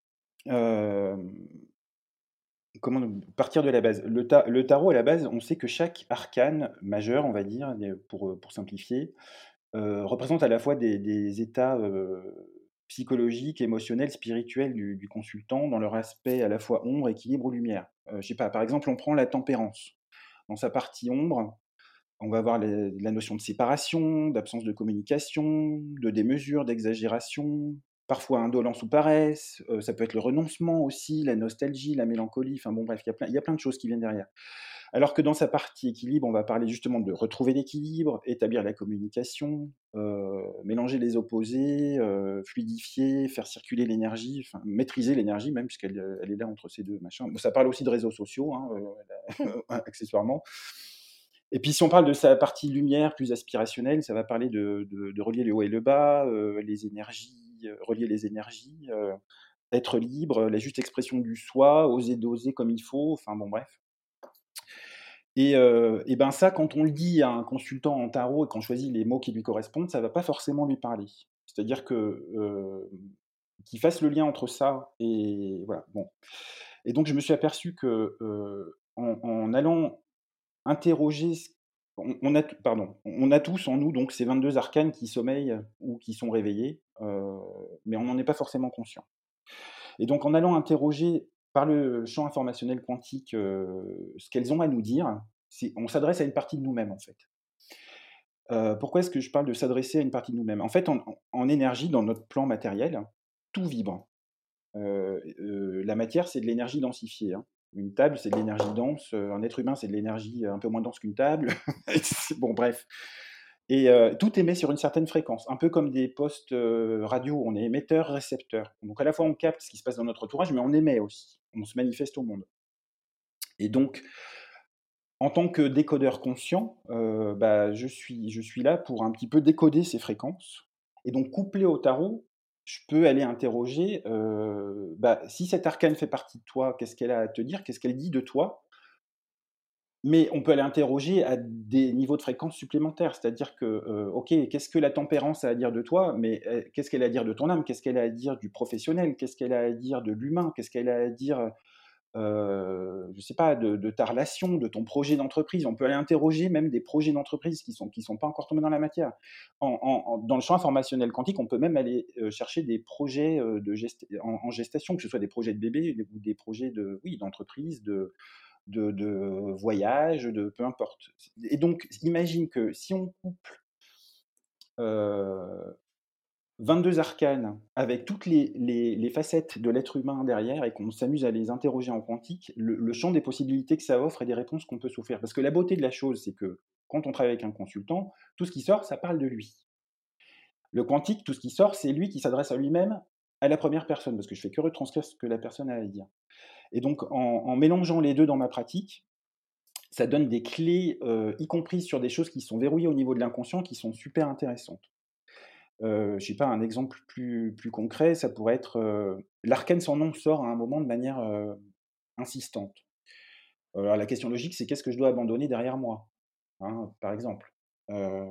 [SPEAKER 2] hem, comment donc partir de la base? Le ta le tarot à la base, on sait que chaque arcane majeur, on va dire, des pour, heu, pour simplifier, heu, représente à la fois des des états, heu, psychologiques, émotionnels, spirituels du du consultant dans leur aspect à la fois ombre, équilibre ou lumière. Heu, je sais pas, par exemple, on prend la tempérance. Dans sa partie ombre, on va avoir les la notion de séparation, d'absence de communication, de démesure, d'exagération, parfois indolence ou paresse, heu, ça peut être le renoncement aussi, la nostalgie, la mélancolie, enfin bon bref, il y a plein il y a plein de choses qui viennent derrière. Alors que dans sa partie équilibre, on va parler justement de retrouver l'équilibre, établir la communication, heu, mélanger les opposés, heu, fluidifier, faire circuler l'énergie, enfin maîtriser l'énergie même puisqu'elle, heu, elle est là entre ces deux machins. Bon, ça parle aussi de réseaux sociaux, hein, heu, accessoirement. Et puis si on parle de sa partie lumière plus aspirationnelle, ça va parler de de de relier le haut et le bas, heu, les énergies, heu, relier les énergies, heu, être libre, la juste expression du soi, oser doser comme il faut, enfin bon bref. Et heu et ben, ça, quand on le dit à un consultant en tarot et qu'on choisit les mots qui lui correspondent, ça va pas forcément lui parler. C'est-à-dire que, hem, qu'il fasse le lien entre ça et voilà, bon. Et donc je me suis aperçu que, heu, en en allant interroger ce on on a t pardon, on a tous en nous donc ces vingt-deux arcanes qui sommeillent ou qui sont réveillés, heu, mais on n'en est pas forcément conscient. Et donc en allant interroger par le champ informationnel quantique, heu, ce qu'elles ont à nous dire, c'est on s'adresse à une partie de nous-mêmes, en fait. Heu, pourquoi est-ce que je parle de s'adresser à une partie de nous-mêmes? En fait, en en en énergie, dans notre plan matériel, tout vibre. Heu heu, la matière, c'est de l'énergie densifiée, hein. Une table, c'est de l'énergie dense, heu, un être humain, c'est de l'énergie un peu moins dense qu'une table. Bon bref. Et heu, tout émet sur une certaine fréquence, un peu comme des postes, heu, radio, on est émetteur-récepteur. Donc à la fois on capte ce qui se passe dans notre entourage, mais on émet aussi, on se manifeste au monde. Et donc, en tant que décodeur conscient, heu, bah, je suis je suis là pour un petit peu décoder ces fréquences et donc couplé au tarot, je peux aller interroger, heu, bah, si cet arcane fait partie de toi, qu'est-ce qu'elle a à te dire? Qu'est-ce qu'elle dit de toi? Mais on peut aller interroger à des niveaux de fréquence supplémentaires. C'est-à-dire que, heu, OK, qu'est-ce que la tempérance a à dire de toi? Mais, heu, qu'est-ce qu'elle a à dire de ton âme? Qu'est-ce qu'elle a à dire du professionnel? Qu'est-ce qu'elle a à dire de l'humain? Qu'est-ce qu'elle a à dire, heu, je sais pas, de de ta relation, de ton projet d'entreprise? On peut aller interroger même des projets d'entreprise qui sont qui sont pas encore tombés dans la matière. En en en dans le champ informationnel quantique, on peut même aller, heu, chercher des projets, heu, de gest en en gestation, que ce soit des projets de bébés ou des projets de oui, d'entreprise, de de de voyage, de peu importe. Et donc, imagine que si on couple, heu, vingt-deux arcanes avec toutes les les les facettes de l'être humain derrière et qu'on s'amuse à les interroger en quantique, le le champ des possibilités que ça offre et des réponses qu'on peut s'offrir. Parce que la beauté de la chose, c'est que quand on travaille avec un consultant, tout ce qui sort, ça parle de lui. Le quantique, tout ce qui sort, c'est lui qui s'adresse à lui-même à la première personne, parce que je fais que retranscrire ce que la personne a à dire. Et donc en en mélangeant les deux dans ma pratique, ça donne des clés, heu, y compris sur des choses qui sont verrouillées au niveau de l'inconscient, qui sont super intéressantes. Heu, je sais pas, un exemple plus plus concret, ça pourrait être, heu, l'arcane sans nom sort à un moment de manière, heu, insistante. Alors la question logique, c'est qu'est-ce que je dois abandonner derrière moi? Hein, par exemple. Heu,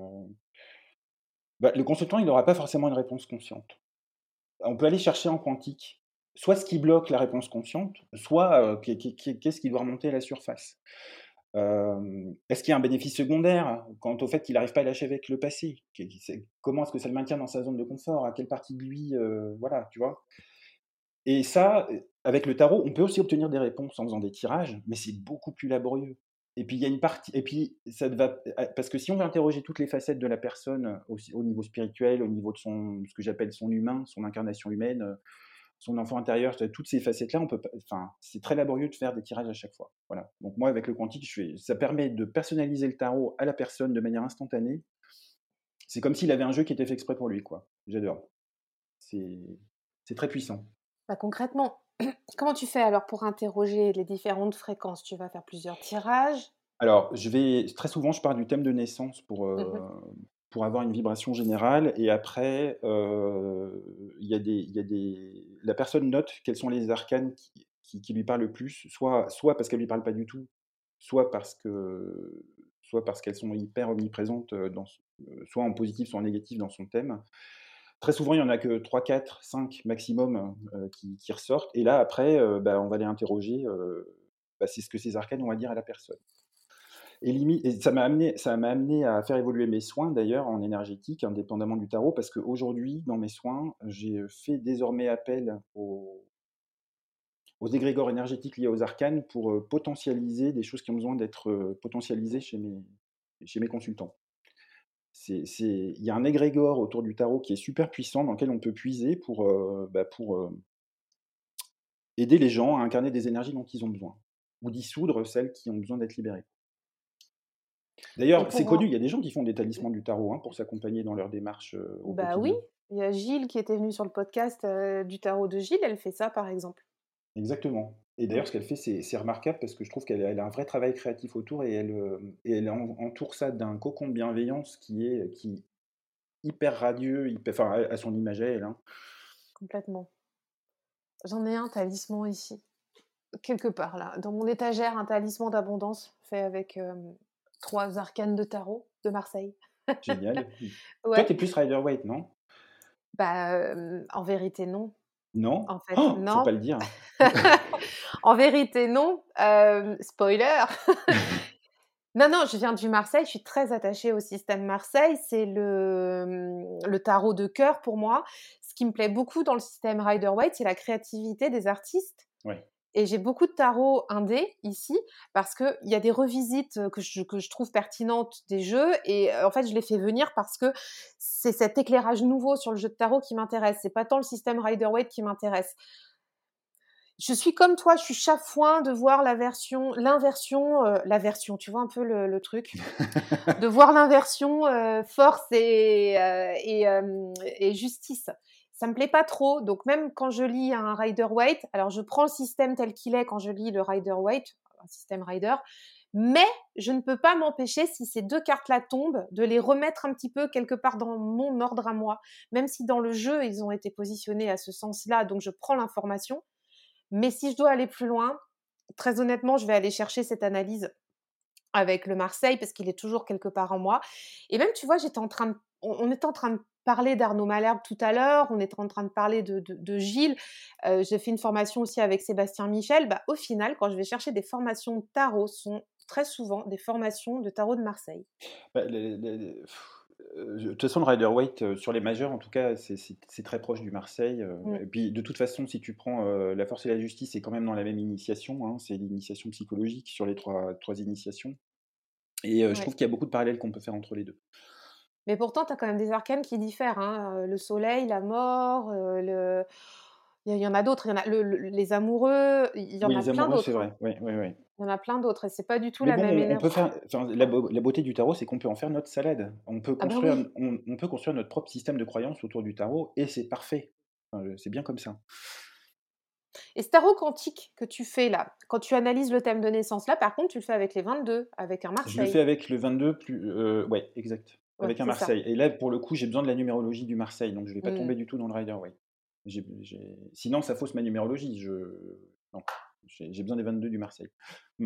[SPEAKER 2] bah, le consultant, il n'aura pas forcément une réponse consciente. On peut aller chercher en quantique, soit ce qui bloque la réponse consciente, soit, heu, qu'est qu'est qu'est qu'est-ce qui doit remonter à la surface? Hem, est-ce qu'il y a un bénéfice secondaire quant au fait qu'il n'arrive pas à lâcher avec le passé? Qu'est c'est comment est-ce que ça le maintient dans sa zone de confort? À quelle partie de lui, heu, voilà, tu vois? Et ça, heu, avec le tarot, on peut aussi obtenir des réponses en faisant des tirages, mais c'est beaucoup plus laborieux. Et puis il y a une partie et puis ça ne va a parce que si on veut interroger toutes les facettes de la personne, aussi au niveau spirituel, au niveau de son ce que j'appelle son humain, son incarnation humaine, heu, son enfant intérieur, tu toutes ces facettes-là, on peut pas enfin, c'est très laborieux de faire des tirages à chaque fois. Voilà. Donc moi, avec le quantique, je fais ça permet de personnaliser le tarot à la personne de manière instantanée. C'est comme s'il avait un jeu qui était fait exprès pour lui, quoi. J'adore. C'est c'est très puissant.
[SPEAKER 1] Bah, concrètement, comment tu fais alors pour interroger les différentes fréquences? Tu vas faire plusieurs tirages?
[SPEAKER 2] Alors, je vais très souvent, je pars du thème de naissance pour, heu,
[SPEAKER 1] Mmh.
[SPEAKER 2] pour avoir une vibration générale et après, heu, il y a des il y a des la personne note quels sont les arcanes qui qui qui lui parlent le plus, soit soit parce qu'elles lui parlent pas du tout, soit parce que soit parce qu'elles sont hyper omniprésentes, heu, dans s heu, soit en positif, soit en négatif dans son thème. Très souvent, il y en a que trois, quatre, cinq maximum, heu, qui qui ressortent et là après, heu, bah, on va aller interroger, heu, bah, c'est ce que ces arcanes ont à dire à la personne. Et limi et ça m'a amené ça m'a amené à faire évoluer mes soins d'ailleurs en énergétique, indépendamment du tarot, parce qu'aujourd'hui, dans mes soins, j'ai fait désormais appel aux aux égrégores énergétiques liés aux arcanes pour, heu, potentialiser des choses qui ont besoin d'être, heu, potentialisées chez mes chez mes consultants. C'est c'est il y a un égrégore autour du tarot qui est super puissant, dans lequel on peut puiser pour, heu, bah, pour, heu, aider les gens à incarner des énergies dont ils ont besoin ou dissoudre celles qui ont besoin d'être libérées.
[SPEAKER 1] Et
[SPEAKER 2] D'ailleurs, c'est
[SPEAKER 1] pour
[SPEAKER 2] connu,
[SPEAKER 1] en
[SPEAKER 2] il y a des gens qui font des talismans du tarot, hein, pour s'accompagner dans leur démarche, heu, au
[SPEAKER 1] bah, oui,
[SPEAKER 2] quotidien.
[SPEAKER 1] il y a Gilles qui était venu sur le podcast, heu, du tarot de Gilles, elle fait ça, par exemple.
[SPEAKER 2] Exactement. Et
[SPEAKER 1] Mmh.
[SPEAKER 2] d'ailleurs, ce qu'elle fait, c'est c'est remarquable parce que je trouve qu'elle a elle a un vrai travail créatif autour et elle, hem et elle en entoure ça d'un cocon de bienveillance qui est, qui hyper radieux, hyper enfin, à à son image à elle, hein.
[SPEAKER 1] Complètement. J'en ai un talisman ici, quelque part là, dans mon étagère, un talisman d'abondance fait avec, hem, trois arcanes de tarot de Marseille.
[SPEAKER 2] Génial. Toi,
[SPEAKER 1] Ouais,
[SPEAKER 2] tu es plus Rider-Waite, non?
[SPEAKER 1] bah, hem, en vérité non,
[SPEAKER 2] Non?
[SPEAKER 1] en fait,
[SPEAKER 2] Oh, faut pas
[SPEAKER 1] non.
[SPEAKER 2] le dire.
[SPEAKER 1] En vérité non, hem, spoiler. Non, non, je viens du Marseille, je suis très attachée au système Marseille, c'est le, mmh, le tarot de cœur pour moi. Ce qui me plaît beaucoup dans le système Rider-Waite, c'est la créativité des artistes.
[SPEAKER 2] Ouais.
[SPEAKER 1] Et j'ai beaucoup de tarots indés ici parce qu'il y a des revisites, heu, que je que je trouve pertinentes des jeux et heu, en fait, je les fais venir parce que c'est cet éclairage nouveau sur le jeu de tarot qui m'intéresse. C'est pas tant le système Rider-Waite qui m'intéresse. Je suis comme toi, je suis chafouin de voir la version l'inversion, heu, la version, tu vois un peu le le truc? De voir l'inversion, heu, force et heu et hem et justice. Ça me plaît pas trop, donc même quand je lis un Rider-Waite, alors je prends le système tel qu'il est quand je lis le Rider-Waite, un système Rider, mais je ne peux pas m'empêcher, si ces deux cartes-là tombent, de les remettre un petit peu quelque part dans mon ordre à moi. Même si dans le jeu, ils ont été positionnés à ce sens-là, donc je prends l'information. Mais si je dois aller plus loin, très honnêtement, je vais aller chercher cette analyse avec le Marseille parce qu'il est toujours quelque part en moi. Et même, tu vois, j'étais en train de, on, on était en train de parler d'Arnaud Malherbe tout à l'heure, on était en train de parler de, de, de Gilles. Euh, j'ai fait une formation aussi avec Sébastien Michel. Bah, au final, quand je vais chercher des formations de tarot, ce sont très souvent des formations de tarot de Marseille.
[SPEAKER 2] Bah, les les les pff, heu, je de toute façon, le Rider-Waite, heu, sur les majeurs, en tout cas, c'est c'est c'est très proche du Marseille, heu
[SPEAKER 1] Mm.
[SPEAKER 2] et puis, de toute façon, si tu prends, heu, la force et la justice, c'est quand même dans la même initiation, hein, c'est l'initiation psychologique sur les trois trois initiations et heu, je
[SPEAKER 1] Ouais.
[SPEAKER 2] trouve qu'il y a beaucoup de parallèles qu'on peut faire entre les deux.
[SPEAKER 1] Mais pourtant, tu as quand même des arcanes qui diffèrent, hein, heu, le soleil, la mort, heu, le il y y en a d'autres, il y en a le le les amoureux, il y en
[SPEAKER 2] Oui,
[SPEAKER 1] a
[SPEAKER 2] les
[SPEAKER 1] plein
[SPEAKER 2] amoureux, c'est
[SPEAKER 1] d'autres, hein.
[SPEAKER 2] vrai. Oui, oui, oui.
[SPEAKER 1] Il y en a plein d'autres et c'est pas du tout
[SPEAKER 2] Mais
[SPEAKER 1] la
[SPEAKER 2] bon,
[SPEAKER 1] même
[SPEAKER 2] on on peut
[SPEAKER 1] énergie.
[SPEAKER 2] faire enfin, la beau la beauté du tarot, c'est qu'on peut en faire notre salade. On peut
[SPEAKER 1] Ah bah
[SPEAKER 2] construire
[SPEAKER 1] oui,
[SPEAKER 2] on on peut construire notre propre système de croyances autour du tarot et c'est parfait. Enfin, heu, c'est bien comme ça.
[SPEAKER 1] et ce tarot quantique que tu fais là, quand tu analyses le thème de naissance, là par contre tu le fais avec les vingt-deux, avec un
[SPEAKER 2] Je le fais
[SPEAKER 1] Marseille.
[SPEAKER 2] avec le vingt-deux plus heu, ouais, exact,
[SPEAKER 1] Ouais,
[SPEAKER 2] avec un
[SPEAKER 1] c'est ça.
[SPEAKER 2] Marseille et là, pour le coup, j'ai besoin de la numérologie du Marseille, donc je vais pas
[SPEAKER 1] Mmh.
[SPEAKER 2] tomber du tout dans le Rider-Waite. J'ai j'ai sinon ça fausse ma numérologie, je non, j'ai j'ai besoin des vingt-deux du Marseille. Mmh.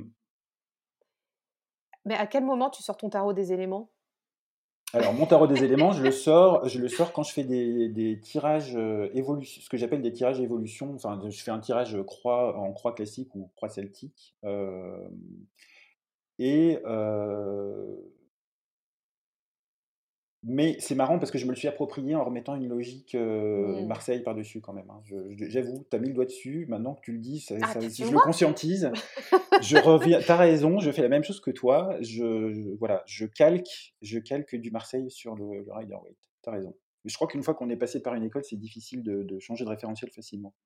[SPEAKER 1] Mais à quel moment tu sors ton tarot des éléments?
[SPEAKER 2] Alors mon tarot des éléments, je le sors je le sors quand je fais des des tirages, heu, évolu ce que j'appelle des tirages évolution, enfin, je fais un tirage, croix en croix classique ou croix celtique, hem et heu mais c'est marrant parce que je me le suis approprié en remettant une logique, heu,
[SPEAKER 1] Mmh.
[SPEAKER 2] Marseille par-dessus quand même, hein. Je je j'avoue, tu as mis le doigt dessus, maintenant que tu le dis, ça
[SPEAKER 1] Ah
[SPEAKER 2] ça
[SPEAKER 1] tu tu
[SPEAKER 2] je le
[SPEAKER 1] vois?
[SPEAKER 2] conscientise. Je reviens tu as raison, je fais la même chose que toi. Je je voilà, je calque je calque du Marseille sur le le Rider-Waite. Tu as raison. Mais je crois qu'une fois qu'on est passé par une école, c'est difficile de de changer de référentiel facilement.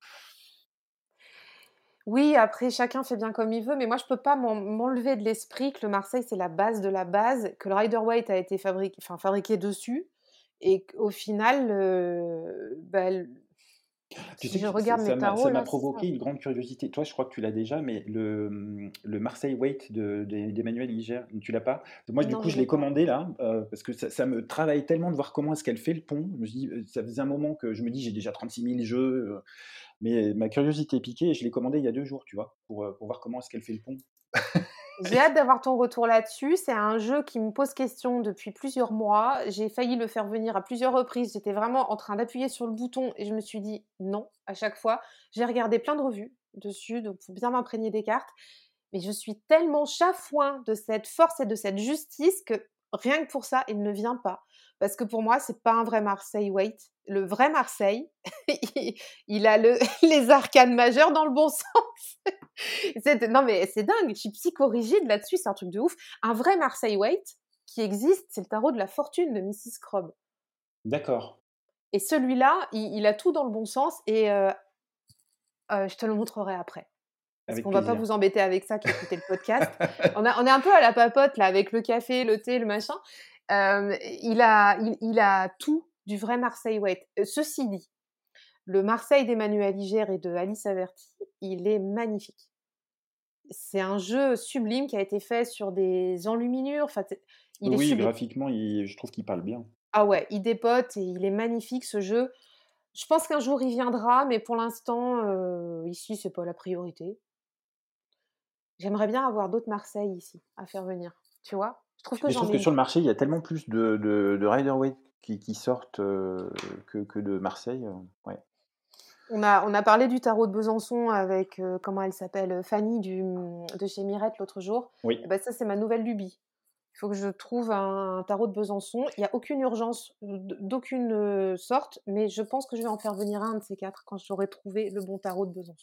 [SPEAKER 1] Oui, après chacun fait bien comme il veut, mais moi je peux pas m'en m'enlever de l'esprit que le Marseille c'est la base de la base, que le Rider-Waite a été fabriqué enfin fabriqué dessus et qu'au final, heu, bah, l
[SPEAKER 2] Tu
[SPEAKER 1] si
[SPEAKER 2] sais
[SPEAKER 1] je
[SPEAKER 2] que ça
[SPEAKER 1] regarde mes
[SPEAKER 2] ça m'a
[SPEAKER 1] tarots
[SPEAKER 2] ça m'a
[SPEAKER 1] là, c'est
[SPEAKER 2] provoqué
[SPEAKER 1] ça.
[SPEAKER 2] une grande curiosité. Toi, je crois que tu l'as déjà, mais le, mmh, le Marseille Weight de d'E d'Emmanuelle Iger, tu l'as pas? Moi, du
[SPEAKER 1] Non,
[SPEAKER 2] coup,
[SPEAKER 1] je
[SPEAKER 2] je
[SPEAKER 1] l'ai
[SPEAKER 2] l'ai
[SPEAKER 1] pas.
[SPEAKER 2] commandé là, heu, parce que ça ça me travaille tellement de voir comment est-ce qu'elle fait le pont. Je me suis dit, heu, ça faisait un moment que je me dis: «J'ai déjà trente-six mille jeux», heu, mais ma curiosité est piquée et je l'ai commandé il y a deux jours, tu vois? Pour, heu, pour voir comment est-ce qu'elle fait le pont.
[SPEAKER 1] J'ai hâte d'avoir ton retour là-dessus. C'est un jeu qui me pose question depuis plusieurs mois. J'ai failli le faire venir à plusieurs reprises. J'étais vraiment en train d'appuyer sur le bouton et je me suis dit non à chaque fois. J'ai regardé plein de revues dessus, donc pour bien m'imprégner des cartes. Mais je suis tellement chafouin de cette force et de cette justice que rien que pour ça, il ne vient pas. Parce que pour moi, c'est pas un vrai Marseille Waite. Le vrai Marseille, il il a le, les arcanes majeures dans le bon sens. C'est- non mais c'est dingue, je suis psychorigide là-dessus, c'est un truc de ouf. Un vrai Marseille Waite qui existe, c'est le tarot de la fortune de missus Scrooge.
[SPEAKER 2] D'accord,
[SPEAKER 1] Et celui-là, il, il a tout dans le bon sens et euh, euh, je te le montrerai après. Parce
[SPEAKER 2] avec
[SPEAKER 1] qu'on va pas
[SPEAKER 2] plaisir.
[SPEAKER 1] vous embêter avec ça qui écoutez le podcast. On, a, on est un peu à la papote là avec le café, le thé, le machin. Euh, il, a, il, il a tout du vrai Marseille Waite. Euh, Ceci dit, le Marseille d'Emmanuel Iger et de Alice Averti, il est magnifique. C'est un jeu sublime qui a été fait sur des enluminures. Enfin, c'est- il
[SPEAKER 2] Oui,
[SPEAKER 1] est
[SPEAKER 2] oui,
[SPEAKER 1] sublime.
[SPEAKER 2] graphiquement, il je trouve qu'il parle bien.
[SPEAKER 1] Ah ouais, il dépote et il est magnifique ce jeu. Je pense qu'un jour il viendra, mais pour l'instant, euh, ici, c'est pas la priorité. J'aimerais bien avoir d'autres Marseille ici à faire venir. Tu vois? Je trouve que
[SPEAKER 2] Mais je
[SPEAKER 1] j'en
[SPEAKER 2] trouve
[SPEAKER 1] ai
[SPEAKER 2] que
[SPEAKER 1] eu.
[SPEAKER 2] sur le marché, il y a tellement plus de de de Rider-Waite qui qui sortent, heu, que que de Marseille, heu, ouais.
[SPEAKER 1] On a, on a parlé du tarot de Besançon avec, euh, comment elle s'appelle, euh, Fanny du, de chez Mirette l'autre jour.
[SPEAKER 2] Oui.
[SPEAKER 1] Et ben ça, c'est ma nouvelle lubie. Il faut que je trouve un tarot de Besançon. Il n'y a aucune urgence d- d'aucune euh, sorte, mais je pense que je vais en faire venir un de ces quatre quand j'aurai trouvé le bon tarot de Besançon.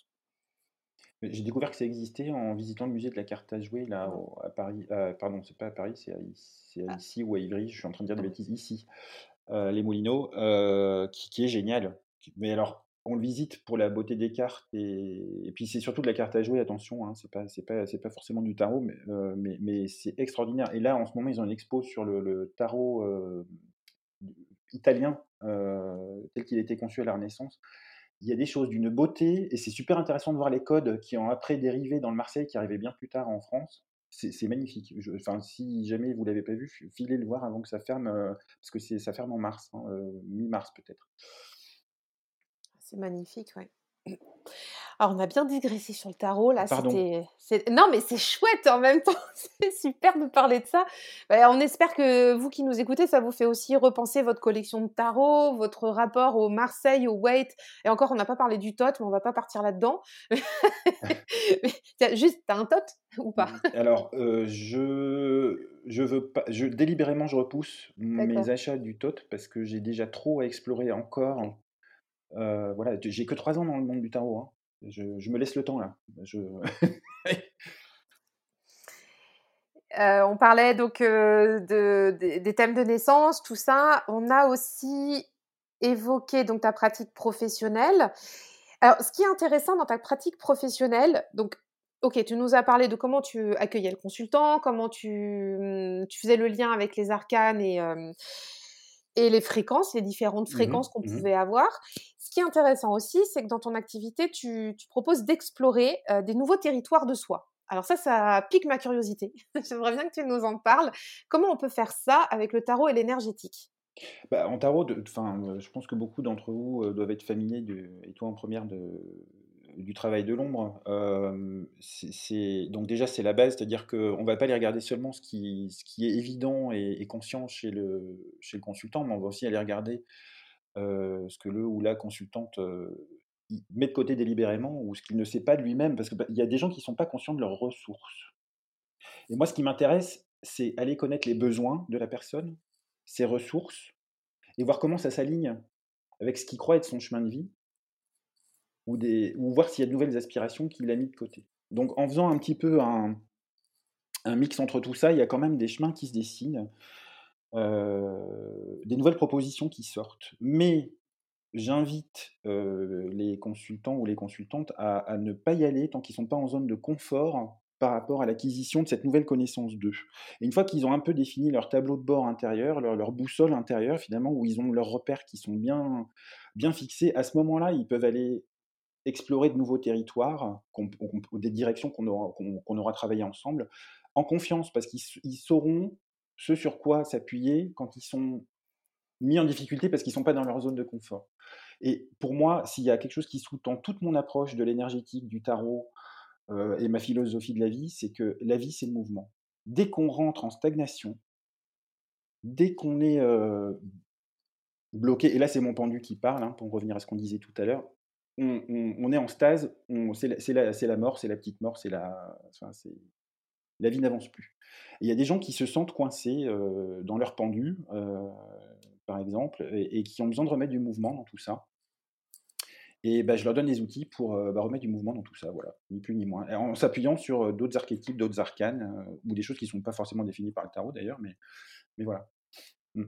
[SPEAKER 2] J'ai découvert que ça existait en visitant le musée de la carte à jouer là
[SPEAKER 1] Ouais.
[SPEAKER 2] au à Paris, heu, pardon, c'est pas à Paris, c'est à Ici c'est à
[SPEAKER 1] Ah,
[SPEAKER 2] Issy ou à Ivry, je suis en train de dire des
[SPEAKER 1] ah ouais.
[SPEAKER 2] bêtises, ici, heu, les Moulineaux, heu, qui qui est génial. Qui mais alors, on le visite pour la beauté des cartes et et puis c'est surtout de la carte à jouer, attention, hein, c'est pas c'est pas c'est pas forcément du tarot, mais heu, mais mais c'est extraordinaire et là, en ce moment, ils ont une expo sur le le tarot, heu, italien, heu, tel qu'il a été conçu à la Renaissance. Il y a des choses d'une beauté et c'est super intéressant de voir les codes qui ont après dérivé dans le Marseille, qui arrivait bien plus tard en France. C'est c'est magnifique. Je enfin, si jamais vous l'avez pas vu, f filez le voir avant que ça ferme, heu, parce que c'est ça ferme en mars, hein, heu, mi-mars peut-être.
[SPEAKER 1] C'est magnifique, ouais. Alors, on a bien digressé sur le tarot, là,
[SPEAKER 2] Pardon.
[SPEAKER 1] c'était c'est non, mais c'est chouette en même temps, c'est super de parler de ça. Bah, on espère que vous qui nous écoutez, ça vous fait aussi repenser votre collection de tarot, votre rapport au Marseille, au Waite et encore, on n'a pas parlé du tot, mais on va pas partir là-dedans. Mais tiens, juste, tu as un tot ou pas?
[SPEAKER 2] Mmh, alors, heu, je je veux pas je délibérément, je repousse mes
[SPEAKER 1] D'accord,
[SPEAKER 2] achats du tot parce que j'ai déjà trop à explorer
[SPEAKER 1] OK.
[SPEAKER 2] encore. Heu, voilà, j'ai que trois ans dans le monde du tarot, hein. Je je me laisse le temps là. Je
[SPEAKER 1] Heu, on parlait donc, heu, de des des thèmes de naissance, tout ça. On a aussi évoqué donc ta pratique professionnelle. Alors, ce qui est intéressant dans ta pratique professionnelle, donc, OK, tu nous as parlé de comment tu accueillais le consultant, comment tu, mmh, tu faisais le lien avec les arcanes et hem et les fréquences, les différentes
[SPEAKER 2] Mmh mh.
[SPEAKER 1] fréquences qu'on
[SPEAKER 2] Mmh.
[SPEAKER 1] pouvait avoir. Ce qui est intéressant aussi, c'est que dans ton activité, tu tu proposes d'explorer, heu, des nouveaux territoires de soi. Alors ça, ça pique ma curiosité. J'aimerais bien que tu nous en parles. Comment on peut faire ça avec le tarot et l'énergétique?
[SPEAKER 2] Bah, en tarot, de enfin, heu, je pense que beaucoup d'entre vous, heu, doivent être familiers de et toi en première de du travail de l'ombre. Hem, c'est c'est donc déjà, c'est la base, c'est-à-dire qu'on va pas aller regarder seulement ce qui ce qui est évident et et conscient chez le chez le consultant, mais on va aussi aller regarder, heu, ce que le ou la consultante, heu, il met de côté délibérément ou ce qu'il ne sait pas de lui-même. Parce que, bah, il y a des gens qui sont pas conscients de leurs ressources. Et moi, ce qui m'intéresse, c'est aller connaître les besoins de la personne, ses ressources et voir comment ça s'aligne avec ce qu'il croit être son chemin de vie ou des ou voir s'il y a de nouvelles aspirations qu'il a mis de côté. Donc en faisant un petit peu un un mix entre tout ça, il y a quand même des chemins qui se dessinent, heu, des nouvelles propositions qui sortent. Mais j'invite, heu, les consultants ou les consultantes à à ne pas y aller tant qu'ils sont pas en zone de confort par rapport à l'acquisition de cette nouvelle connaissance d'eux. Et une fois qu'ils ont un peu défini leur tableau de bord intérieur, leur leur boussole intérieure finalement, où ils ont leurs repères qui sont bien bien fixés, à ce moment-là, ils peuvent aller explorer de nouveaux territoires, qu'on qu'on des directions qu'on aura qu'on qu'on aura travaillé ensemble, en confiance parce qu'ils s ils sauront ce sur quoi s'appuyer quand ils sont mis en difficulté parce qu'ils sont pas dans leur zone de confort. Et pour moi, s'il y a quelque chose qui sous-tend toute mon approche de l'énergétique, du tarot, heu et ma philosophie de la vie, c'est que la vie, c'est le mouvement. Dès qu'on rentre en stagnation, dès qu'on est, heu, bloqué et là, c'est mon pendu qui parle, hein, pour revenir à ce qu'on disait tout à l'heure, on on on est en stase, on c'est la c'est la c'est la mort, c'est la petite mort, c'est la enfin, c'est la vie n'avance plus. Et il y a des gens qui se sentent coincés, heu, dans leur pendu, heu, par exemple et et qui ont besoin de remettre du mouvement dans tout ça. Et bah, je leur donne des outils pour, heu, bah, remettre du mouvement dans tout ça, voilà, ni plus ni moins. Et en s'appuyant sur, heu, d'autres archétypes, d'autres arcanes, heu, ou des choses qui ne sont pas forcément définies par le tarot d'ailleurs, mais mais voilà. Mmh.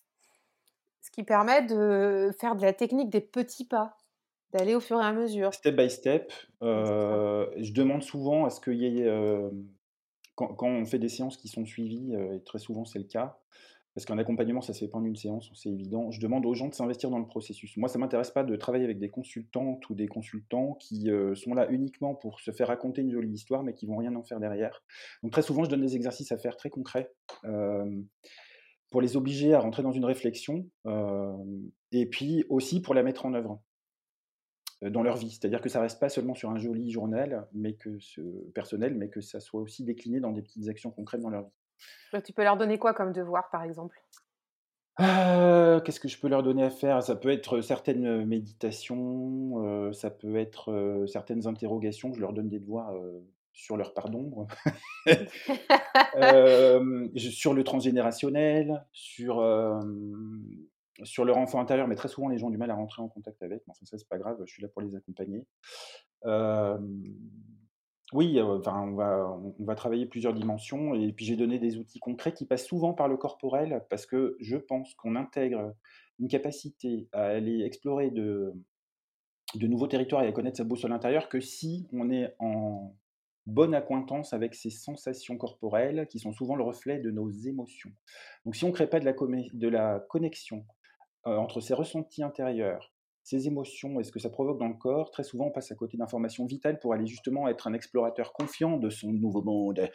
[SPEAKER 1] Ce qui permet de faire de la technique des petits pas, d'aller au fur et à mesure.
[SPEAKER 2] Step by step,
[SPEAKER 1] C'est ça.
[SPEAKER 2] heu, je demande souvent à ce qu'il y ait, hem, quand quand on fait des séances qui sont suivies, heu, et très souvent c'est le cas, parce qu'un accompagnement ça se fait pas en une séance, c'est évident. Je demande aux gens de s'investir dans le processus. Moi, ça m'intéresse pas de travailler avec des consultantes ou des consultants qui, heu, sont là uniquement pour se faire raconter une jolie histoire, mais qui vont rien en faire derrière. Donc très souvent, je donne des exercices à faire très concrets, hem, pour les obliger à rentrer dans une réflexion, hem, et puis aussi pour la mettre en œuvre, heu, dans leur vie. C'est-à-dire que ça reste pas seulement sur un joli journal, mais que ce personnel, mais que ça soit aussi décliné dans des petites actions concrètes dans leur vie.
[SPEAKER 1] Bah, tu peux leur donner quoi comme devoir, par exemple?
[SPEAKER 2] Heu, qu'est-ce que je peux leur donner à faire? Ça peut être, certaines, méditations, heu, ça peut être, heu, certaines interrogations. Je leur donne des devoirs, heu, sur leur part d'ombre. Hem, je sur le transgénérationnel, sur, hem, sur leur enfant intérieur, mais très souvent les gens ont du mal à rentrer en contact avec, mais enfin ça c'est pas grave, je suis là pour les accompagner. Hem, oui, heu, enfin on va on on va travailler plusieurs dimensions et puis j'ai donné des outils concrets qui passent souvent par le corporel parce que je pense qu'on intègre une capacité à aller explorer de de nouveaux territoires et à connaître sa boussole intérieure que si on est en bonne accointance avec ses sensations corporelles qui sont souvent le reflet de nos émotions. Donc si on ne crée pas de la comé de la connexion, heu, entre ses ressentis intérieurs, ses émotions et ce que ça provoque dans le corps, très souvent on passe à côté d'informations vitales pour aller justement être un explorateur confiant de son nouveau monde.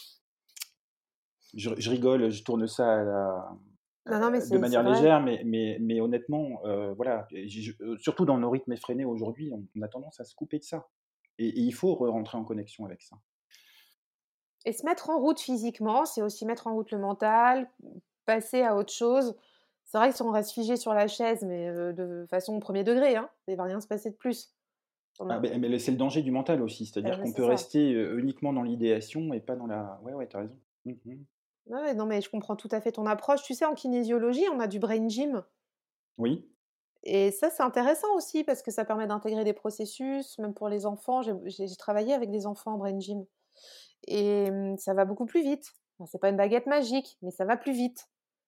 [SPEAKER 2] Je je rigole, je tourne ça à la
[SPEAKER 1] Non, non, mais
[SPEAKER 2] de
[SPEAKER 1] c'est c'est
[SPEAKER 2] manière
[SPEAKER 1] vrai.
[SPEAKER 2] légère, mais mais mais honnêtement, heu, voilà, et j'ai je heu, surtout dans nos rythmes effrénés aujourd'hui, on on a tendance à se couper de ça et et il faut re-rentrer en connexion avec ça.
[SPEAKER 1] Et se mettre en route physiquement, c'est aussi mettre en route le mental, passer à autre chose. C'est vrai que si on reste figé sur la chaise, mais heu, de façon premier degré, hein, il va rien se passer de plus. On
[SPEAKER 2] Ah
[SPEAKER 1] a
[SPEAKER 2] beh, mais le c'est le danger du mental aussi,
[SPEAKER 1] eh
[SPEAKER 2] c'est-à-dire
[SPEAKER 1] ouais,
[SPEAKER 2] qu'on
[SPEAKER 1] c'est
[SPEAKER 2] peut
[SPEAKER 1] ça.
[SPEAKER 2] rester, heu, uniquement dans l'idéation et pas dans la ouais, ouais, tu as raison. Mmh mh.
[SPEAKER 1] Ouais, ouais, non, mais je comprends tout à fait ton approche. Tu sais, en kinésiologie, on a du brain gym
[SPEAKER 2] Oui,
[SPEAKER 1] et ça, c'est intéressant aussi parce que ça permet d'intégrer des processus, même pour les enfants. J'ai j'ai j'ai travaillé avec des enfants en brain gym et mmh, ça va beaucoup plus vite. Enfin, c'est pas une baguette magique, mais ça va plus vite.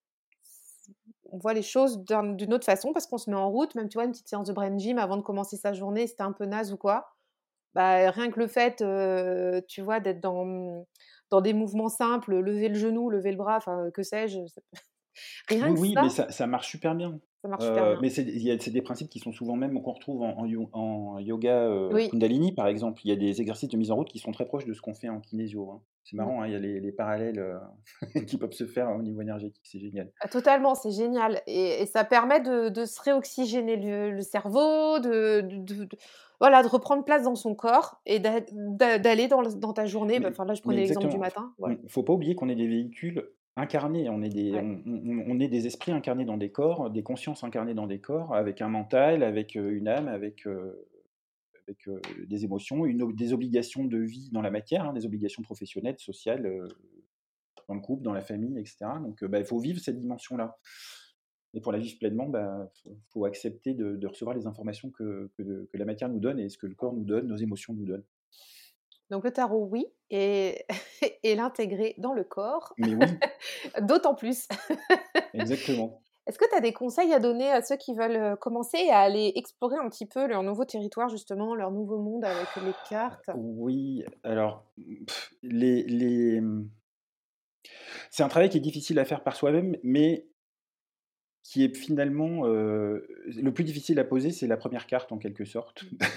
[SPEAKER 1] On voit les choses d'un d'une autre façon parce qu'on se met en route. Même, tu vois, une petite séance de brain gym avant de commencer sa journée, c'était un peu naze ou quoi, bah, rien que le fait, heu, tu vois, d'être dans, mmh, dans des mouvements simples, lever le genou, lever le bras, enfin, que sais-je, ça rien
[SPEAKER 2] oui,
[SPEAKER 1] que
[SPEAKER 2] oui, mais
[SPEAKER 1] ça,
[SPEAKER 2] ça ça marche super bien.
[SPEAKER 1] ça marche super
[SPEAKER 2] Heu,
[SPEAKER 1] bien.
[SPEAKER 2] mais c'est il y a c'est des principes qui sont souvent même qu'on retrouve en en yo en yoga, heu,
[SPEAKER 1] Oui.
[SPEAKER 2] Kundalini, par exemple. Il y a des exercices de mise en route qui sont très proches de ce qu'on fait en kinésio, hein. C'est
[SPEAKER 1] Mmh.
[SPEAKER 2] marrant, hein, il y a les les parallèles, heu, qui peuvent se faire au niveau énergétique, c'est génial.
[SPEAKER 1] Ah totalement, c'est génial et et ça permet de de se réoxygéner le le cerveau, de de de de voilà, de reprendre place dans son corps et d'a d'a d'aller dans le dans ta journée. Bah,
[SPEAKER 2] Mais
[SPEAKER 1] enfin, là, je
[SPEAKER 2] mais
[SPEAKER 1] prenais l'exemple du
[SPEAKER 2] exactement,
[SPEAKER 1] matin,
[SPEAKER 2] mmh,
[SPEAKER 1] voilà.
[SPEAKER 2] faut pas oublier qu'on est des véhicules incarnés, on est des
[SPEAKER 1] Ouais.
[SPEAKER 2] on on on est des esprits incarnés dans des corps, des consciences incarnées dans des corps, avec un mental, avec, heu, une âme, avec, heu, avec, heu, des émotions, une ob des obligations de vie dans la matière, hein, des obligations professionnelles, sociales, heu, dans le couple, dans la famille et cetera. Donc, heu, bah, il faut vivre cette dimension-là et pour la vivre pleinement, bah, faut faut accepter de de recevoir les informations que que que la matière nous donne et ce que le corps nous donne, nos émotions nous donnent.
[SPEAKER 1] Donc le tarot, oui et et l'intégrer dans le corps,
[SPEAKER 2] Mais oui,
[SPEAKER 1] d'autant plus.
[SPEAKER 2] exactement.
[SPEAKER 1] Est-ce que tu as des conseils à donner à ceux qui veulent, heu, commencer à aller explorer un petit peu leur nouveau territoire justement, leur nouveau monde avec les cartes?
[SPEAKER 2] Oui, alors, pff, les les, mmh, c'est un travail qui est difficile à faire par soi-même, mais qui est finalement, heu, le plus difficile à poser, c'est la première carte en quelque sorte.
[SPEAKER 1] Mmh.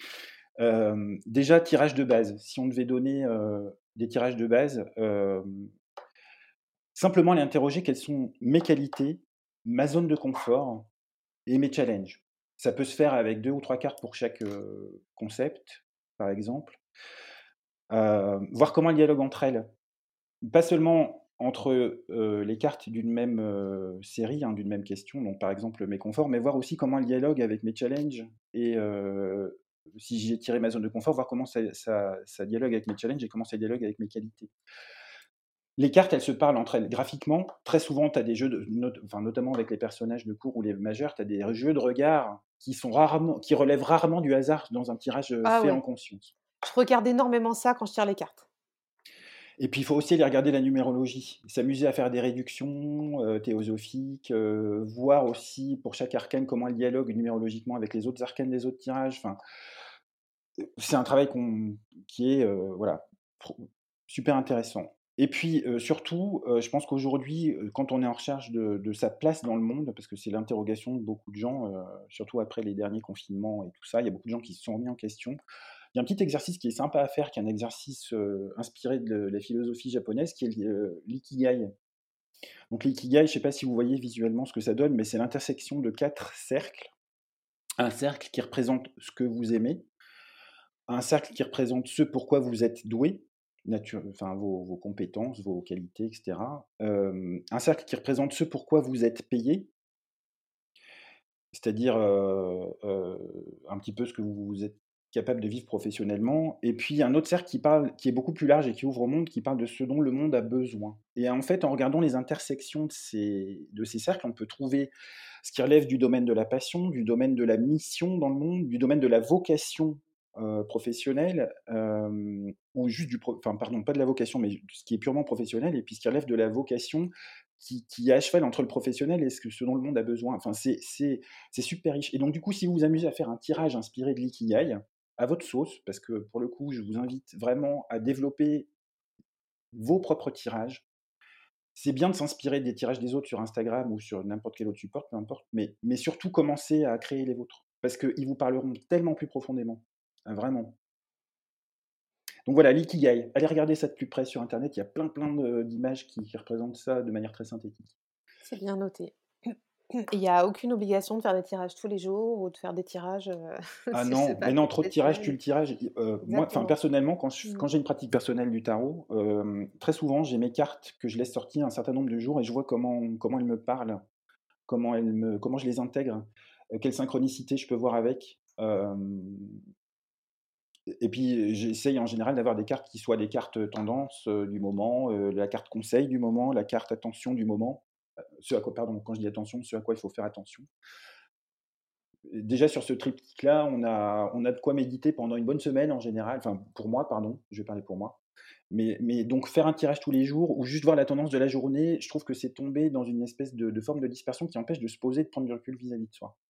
[SPEAKER 2] Hem, déjà tirage de base, si on devait donner, heu, des tirages de base, hem, simplement aller interroger quelles sont mes qualités, ma zone de confort et mes challenges. Ça peut se faire avec deux ou trois cartes pour chaque, heu, concept, par exemple. Heu, voir comment elles dialoguent entre elles. Pas seulement entre, heu, les cartes d'une même, heu, série, hein, d'une même question, donc par exemple mes conforts, mais voir aussi comment elles dialoguent avec mes challenges et heu, si j'ai tiré ma zone de confort, voir comment ça ça ça dialogue avec mes challenges et comment ça dialogue avec mes qualités. Les cartes, elles se parlent entre elles graphiquement. Très souvent, tu as des jeux de not enfin, notamment avec les personnages de cour ou les majeurs, tu as des jeux de regard qui sont rarement qui relèvent rarement du hasard dans un tirage, heu,
[SPEAKER 1] Ah
[SPEAKER 2] fait en
[SPEAKER 1] ouais,
[SPEAKER 2] conscience.
[SPEAKER 1] je regarde énormément ça quand je tire les cartes.
[SPEAKER 2] Et puis, il faut aussi aller regarder la numérologie, s'amuser à faire des réductions, heu, théosophiques, heu, voir aussi pour chaque arcane comment elle dialogue numérologiquement avec les autres arcanes des autres tirages. Enfin, c'est un travail qu'on qui est, heu, voilà, trop super intéressant. Et puis, heu, surtout, heu, je pense qu'aujourd'hui, heu, quand on est en recherche de de sa place dans le monde, parce que c'est l'interrogation de beaucoup de gens, heu, surtout après les derniers confinements et tout ça, il y a beaucoup de gens qui se sont remis en question. Il y a un petit exercice qui est sympa à faire, qui est un exercice, heu, inspiré de la philosophie japonaise, qui est l'i heu, l'ikigai. Donc l'ikigai, je ne sais pas si vous voyez visuellement ce que ça donne, mais c'est l'intersection de quatre cercles. Un cercle qui représente ce que vous aimez, un cercle qui représente ce pourquoi vous êtes doué, nature enfin vos vos compétences, vos qualités et cetera. Hem, un cercle qui représente ce pourquoi vous êtes payé, c'est-à-dire, heu heu, un petit peu ce que vous êtes capable de vivre professionnellement et puis un autre cercle qui parle qui est beaucoup plus large et qui ouvre au monde, qui parle de ce dont le monde a besoin et en fait, en regardant les intersections de ces de ces cercles, on peut trouver ce qui relève du domaine de la passion, du domaine de la mission dans le monde, du domaine de la vocation, heu, professionnelle, hem, ou juste du pro enfin pardon, pas de la vocation, mais ce qui est purement professionnel et puis ce qui relève de la vocation qui qui est à cheval entre le professionnel et ce que ce dont le monde a besoin. Enfin, c'est c'est c'est super riche et donc du coup, si vous vous amusez à faire un tirage inspiré de l'ikigai, à votre sauce, parce que pour le coup, je vous invite vraiment à développer vos propres tirages. C'est bien de s'inspirer des tirages des autres sur Instagram ou sur n'importe quel autre support, peu importe, mais mais surtout commencer à créer les vôtres parce qu'ils vous parleront tellement plus profondément, ah vraiment. Donc voilà, l'ikigai, allez regarder ça de plus près sur internet, il y a plein, plein de d'images qui qui représentent ça de manière très synthétique.
[SPEAKER 1] C'est bien noté. Il y a aucune obligation de faire des tirages tous les jours ou de faire des tirages, heu,
[SPEAKER 2] Ah
[SPEAKER 1] je sais
[SPEAKER 2] non,
[SPEAKER 1] pas,
[SPEAKER 2] mais non,
[SPEAKER 1] toutes
[SPEAKER 2] trop de
[SPEAKER 1] les
[SPEAKER 2] tirages
[SPEAKER 1] semaines.
[SPEAKER 2] tue le tirage. I heu, moi, enfin,
[SPEAKER 1] Exactement.
[SPEAKER 2] personnellement, quand je
[SPEAKER 1] Mmh.
[SPEAKER 2] quand j'ai une pratique personnelle du tarot, hem, très souvent, j'ai mes cartes que je laisse sortir un certain nombre de jours et je vois comment comment elles me parlent, comment elles me comment je les intègre, heu, quelle synchronicité je peux voir avec. Hem et et puis, j'essaye en général d'avoir des cartes qui soient des cartes tendance, heu, du moment, heu, la carte conseil du moment, la carte attention du moment. Heu, ce à quoi pardon, quand je dis attention, ce à quoi il faut faire attention. Déjà sur ce triptyque-là, on a on a de quoi méditer pendant une bonne semaine en général, enfin pour moi pardon, je vais parler pour moi. Mais mais donc faire un tirage tous les jours ou juste voir la tendance de la journée, je trouve que c'est tomber dans une espèce de de forme de dispersion qui empêche de se poser, de prendre du recul vis-à-vis de soi.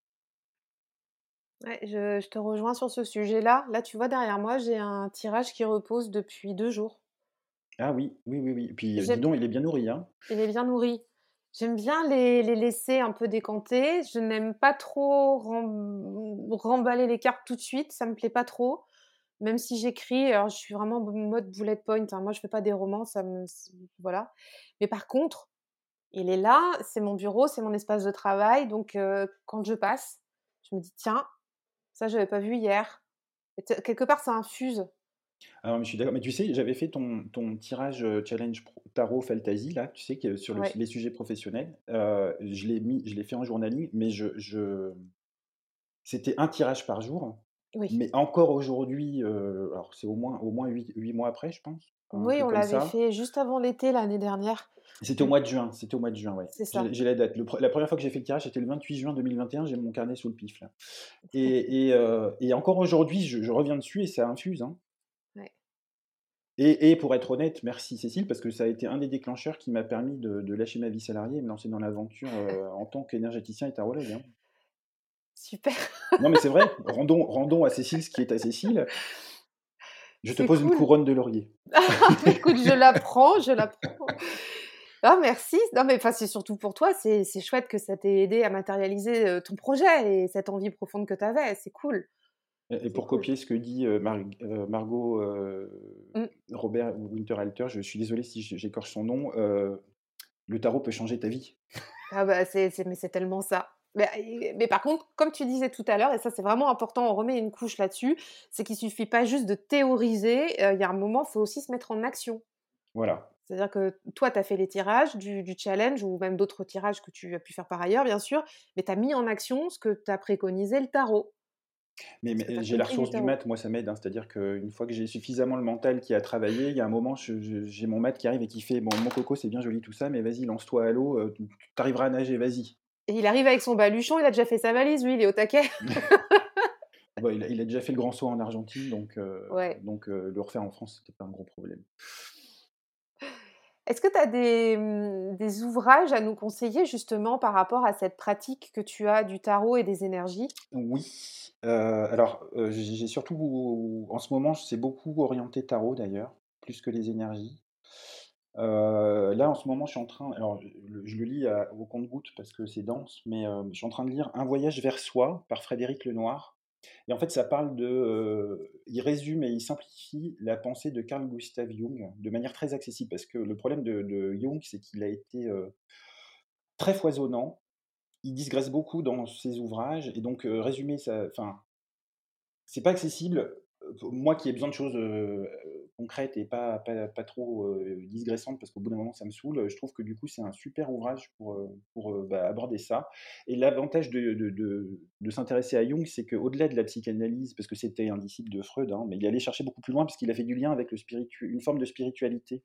[SPEAKER 1] Ouais, je je te rejoins sur ce sujet-là. Là, tu vois, derrière moi, j'ai un tirage qui repose depuis deux jours.
[SPEAKER 2] Ah oui, oui, oui, oui. Puis, heu, dis
[SPEAKER 1] J'aime
[SPEAKER 2] donc, il est bien nourri, hein?
[SPEAKER 1] Il est bien nourri. J'aime bien les les laisser un peu décanter. Je n'aime pas trop rem remballer les cartes tout de suite, ça me plaît pas trop. Même si j'écris, alors je suis vraiment b mode bullet point, hein. Moi, je fais pas des romans, ça me s voilà. Mais par contre, il est là, c'est mon bureau, c'est mon espace de travail, donc heu, quand je passe, je me dis: «Tiens, ça j'avais pas vu hier». Et t quelque part, ça infuse.
[SPEAKER 2] Ah non, mais je suis d'accord. Mais tu sais, j'avais fait ton ton tirage, heu, challenge pro tarot fantasy là, tu sais, que sur le
[SPEAKER 1] Ouais,
[SPEAKER 2] les sujets professionnels. Heu, je l'ai mis je l'ai fait en journaling, mais je je c'était un tirage par jour.
[SPEAKER 1] oui.
[SPEAKER 2] Mais encore aujourd'hui, heu, alors c'est au moins au moins huit huit mois après, je pense, un
[SPEAKER 1] Oui,
[SPEAKER 2] truc
[SPEAKER 1] on
[SPEAKER 2] comme
[SPEAKER 1] l'avait
[SPEAKER 2] ça.
[SPEAKER 1] fait juste avant l'été l'année dernière.
[SPEAKER 2] C'était au mois de juin, c'était au mois de juin, ouais.
[SPEAKER 1] C'est
[SPEAKER 2] J'ai
[SPEAKER 1] ça.
[SPEAKER 2] j'ai la date. Le pre la première fois que j'ai fait le tirage, c'était le vingt-huit juin deux mille vingt et un, j'ai mon carnet sous le pif là. Et et heu et encore aujourd'hui, je je reviens dessus et ça infuse, hein.
[SPEAKER 1] Ouais.
[SPEAKER 2] Et et pour être honnête, merci Cécile, parce que ça a été un des déclencheurs qui m'a permis de de lâcher ma vie salariée et me lancer dans l'aventure, heu, en tant qu'énergéticien et tarologue, hein.
[SPEAKER 1] Super,
[SPEAKER 2] Non, mais c'est vrai, rendons rendons à Cécile ce qui est à Cécile. Je te
[SPEAKER 1] c'est
[SPEAKER 2] pose une
[SPEAKER 1] cool.
[SPEAKER 2] couronne de laurier.
[SPEAKER 1] Mais écoute, je l'apprends, je l'apprends. Ah merci. Non mais enfin, c'est surtout pour toi, c'est c'est chouette que ça t'ait aidé à matérialiser, heu, ton projet et cette envie profonde que tu avais, c'est cool,
[SPEAKER 2] Et et
[SPEAKER 1] c'est
[SPEAKER 2] pour
[SPEAKER 1] cool.
[SPEAKER 2] copier ce que dit, heu, Marg heu, Margot, heu,
[SPEAKER 1] Mmh.
[SPEAKER 2] Robert Winterhalter, je suis désolé si j j'écorche son nom, heu, le tarot peut changer ta vie.
[SPEAKER 1] Ah bah, c'est c'est mais c'est tellement ça. Mais et mais par contre, comme tu disais tout à l'heure et ça c'est vraiment important, on remet une couche là-dessus, c'est qu'il suffit pas juste de théoriser, heu, il y a un moment, faut aussi se mettre en action.
[SPEAKER 2] Voilà.
[SPEAKER 1] C'est-à-dire que toi, tu as fait les tirages du du challenge ou même d'autres tirages que tu as pu faire par ailleurs, bien sûr, mais tu as mis en action ce que t'a préconisé le tarot,
[SPEAKER 2] Mais
[SPEAKER 1] ce que tu
[SPEAKER 2] mais
[SPEAKER 1] as
[SPEAKER 2] j'ai la
[SPEAKER 1] compris du
[SPEAKER 2] ressource du
[SPEAKER 1] tarot.
[SPEAKER 2] maths, moi ça m'aide, hein. C'est-à-dire qu'une fois que j'ai suffisamment le mental qui a travaillé, il y a un moment, je je j'ai mon maths qui arrive et qui fait: «Bon, mon coco, c'est bien joli tout ça, mais vas-y, lance-toi à l'eau, heu, tu tu arriveras à nager, vas-y».
[SPEAKER 1] Et il arrive avec son baluchon, il a déjà fait sa valise, lui, il est au taquet.
[SPEAKER 2] Bah, il a il a déjà fait le grand saut en Argentine, donc heu
[SPEAKER 1] Ouais.
[SPEAKER 2] donc heu, le refaire en France, c'était pas un gros problème.
[SPEAKER 1] Est-ce que tu as des, mmh, des ouvrages à nous conseiller justement par rapport à cette pratique que tu as du tarot et des énergies?
[SPEAKER 2] Oui, heu, alors, heu, j'ai j'ai surtout en ce moment, c'est beaucoup orienté tarot d'ailleurs, plus que les énergies. Heu, là, en ce moment, je suis en train alors je le je le lis à au compte-gouttes parce que c'est dense, mais heu, je suis en train de lire «Un voyage vers soi» par Frédéric Lenoir et en fait, ça parle de, heu, il résume et il simplifie la pensée de Carl Gustav Jung de manière très accessible parce que le problème de de Jung, c'est qu'il a été, heu, très foisonnant. Il digresse beaucoup dans ses ouvrages et donc heu, résumer sa enfin, c'est pas accessible, heu, pour moi qui ai besoin de choses, heu, concrètes et pas pas pas trop, heu, digressantes parce qu'au bout d'un moment ça me saoule, je trouve que du coup c'est un super ouvrage pour, heu pour, heu, bah, aborder ça et l'avantage de de de de s'intéresser à Jung, c'est qu'au-delà de la psychanalyse, parce que c'était un disciple de Freud, hein, mais il est allé chercher beaucoup plus loin parce qu'il a fait du lien avec le spiritu une forme de spiritualité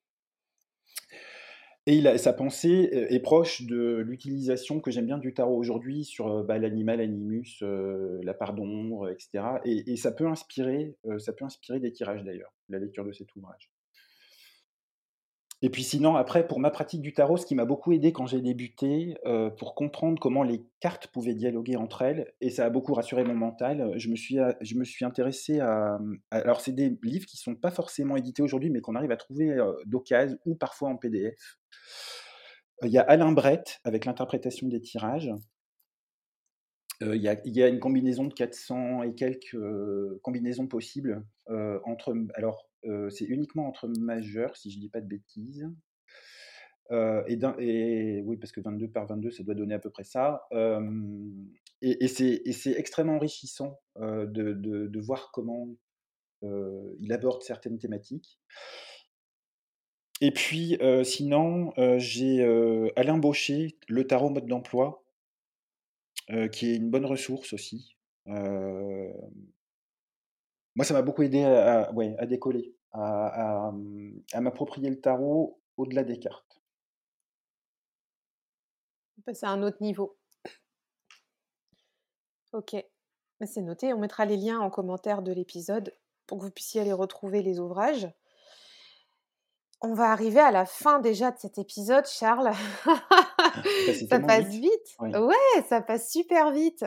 [SPEAKER 2] et il a sa pensée est est proche de l'utilisation que j'aime bien du tarot aujourd'hui sur, heu, bah, l'animal animus, heu, la part d'ombre, et cetera et et ça peut inspirer, heu, ça peut inspirer des tirages d'ailleurs, la lecture de cet ouvrage. Et puis sinon, après, pour ma pratique du tarot, ce qui m'a beaucoup aidé quand j'ai débuté, heu, pour comprendre comment les cartes pouvaient dialoguer entre elles et ça a beaucoup rassuré mon mental, je me suis a je me suis intéressé à, mmh, à alors c'est des livres qui sont pas forcément édités aujourd'hui, mais qu'on arrive à trouver, heu, d'occasion ou parfois en P D F. Heu, il y a Alain Brett avec l'interprétation des tirages. Heu, il y a il y a une combinaison de quatre cents et quelques, heu, combinaisons possibles, heu, entre m alors, heu, c'est uniquement entre majeurs, si je dis pas de bêtises. Heu et d'un et oui, parce que vingt-deux par vingt-deux, ça doit donner à peu près ça. Hem et et c'est et c'est extrêmement enrichissant, heu, de de de voir comment, heu, il aborde certaines thématiques. Et puis, heu, sinon, heu, j'ai, heu, Alain Baucher, Le tarot mode d'emploi, heu, qui est une bonne ressource aussi. Heu, moi, ça m'a beaucoup aidé à à ouais, à décoller, à à, mmh, à m'approprier le tarot au-delà des cartes.
[SPEAKER 1] Passer à un autre niveau. OK. Bah, c'est noté, on mettra les liens en commentaire de l'épisode pour que vous puissiez aller retrouver les ouvrages. On va arriver à la fin déjà de cet épisode, Charles.
[SPEAKER 2] C'est passé
[SPEAKER 1] Ça
[SPEAKER 2] tellement
[SPEAKER 1] passe
[SPEAKER 2] vite.
[SPEAKER 1] vite.
[SPEAKER 2] Oui.
[SPEAKER 1] Ouais, ça passe super vite.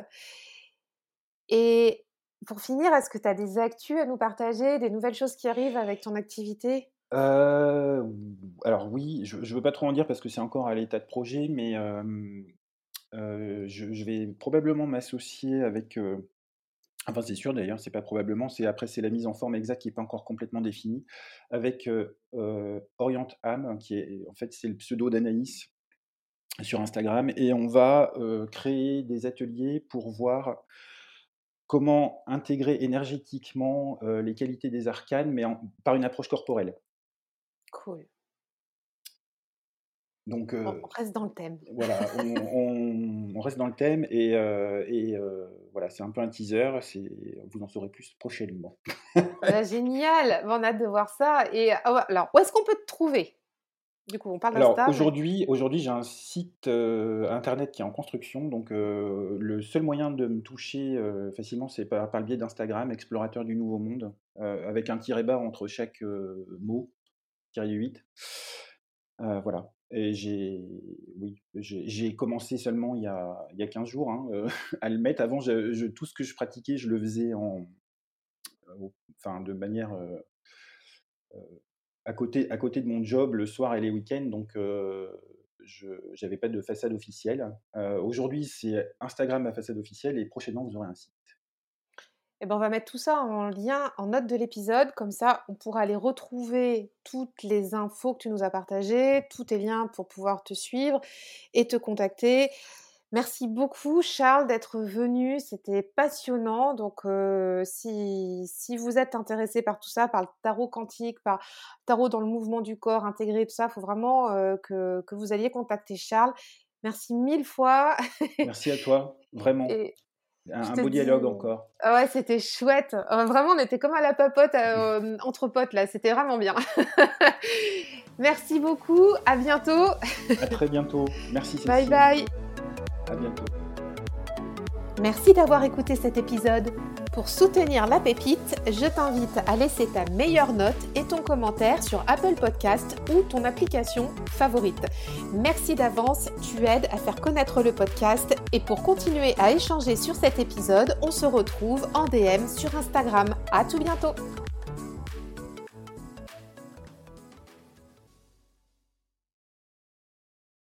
[SPEAKER 1] Et pour finir, est-ce que tu as des actus à nous partager, des nouvelles choses qui arrivent avec ton activité?
[SPEAKER 2] Heu, alors oui, je je veux pas trop en dire parce que c'est encore à l'état de projet, mais hem, heu, je je vais probablement m'associer avec, heu, enfin c'est sûr d'ailleurs, c'est pas probablement, c'est après c'est la mise en forme exacte qui est pas encore complètement définie, avec, heu heu, Oriente Âme qui est en fait, c'est le pseudo d'Anaïs sur Instagram et on va, heu, créer des ateliers pour voir comment intégrer énergétiquement, heu, les qualités des arcanes, mais en par une approche corporelle.
[SPEAKER 1] Cool.
[SPEAKER 2] Donc
[SPEAKER 1] On on
[SPEAKER 2] heu
[SPEAKER 1] reste dans le thème.
[SPEAKER 2] Voilà, on on on reste dans le thème et heu et heu, voilà, c'est un peu un teaser, c'est vous en saurez plus prochainement.
[SPEAKER 1] Bah, génial! Bah, on a hâte de voir ça et ah ouais, alors où est-ce qu'on peut te trouver? Du coup, on parle
[SPEAKER 2] Alors
[SPEAKER 1] d'Insta, mais
[SPEAKER 2] aujourd'hui aujourd'hui, j'ai un site, heu, internet qui est en construction, donc heu, le seul moyen de me toucher, heu, facilement, c'est par par le biais d'Instagram, explorateur du nouveau monde, heu, avec un tiret bas entre chaque, heu, mot, tiret huit. Heu, voilà et j'ai oui, j'ai j'ai commencé seulement il y a il y a quinze jours, hein, heu, à le mettre. Avant, je je tout ce que je pratiquais, je le faisais en au enfin, de manière, heu heu, à côté à côté de mon job le soir et les week-ends, donc heu, je j'avais pas de façade officielle. Heu, aujourd'hui, c'est Instagram ma façade officielle et prochainement, vous aurez un site.
[SPEAKER 1] eh ben, on va mettre tout ça en lien, en note de l'épisode, comme ça on pourra aller retrouver toutes les infos que tu nous as partagées, tous tes liens pour pouvoir te suivre et te contacter. Merci beaucoup Charles d'être venu, c'était passionnant. Donc heu, si si vous êtes intéressé par tout ça, par le tarot quantique, par tarot dans le mouvement du corps intégré, tout ça, il faut vraiment, heu, que que vous alliez contacter Charles. Merci mille fois
[SPEAKER 2] Merci à toi, vraiment.
[SPEAKER 1] et
[SPEAKER 2] Un
[SPEAKER 1] je
[SPEAKER 2] un
[SPEAKER 1] te
[SPEAKER 2] beau dialogue
[SPEAKER 1] dis
[SPEAKER 2] encore.
[SPEAKER 1] ah ouais, c'était chouette. Heu, vraiment, on était comme à la papote, hem, entre potes là, c'était vraiment bien. Merci beaucoup, à bientôt.
[SPEAKER 2] À très bientôt. Merci
[SPEAKER 1] Bye
[SPEAKER 2] Cécile.
[SPEAKER 1] bye.
[SPEAKER 2] À bientôt.
[SPEAKER 1] Merci d'avoir écouté cet épisode. Pour soutenir la pépite, je t'invite à laisser ta meilleure note et ton commentaire sur Apple Podcast ou ton application favorite. Merci d'avance, tu aides à faire connaître le podcast et pour continuer à échanger sur cet épisode, on se retrouve en D M sur Instagram. À tout bientôt.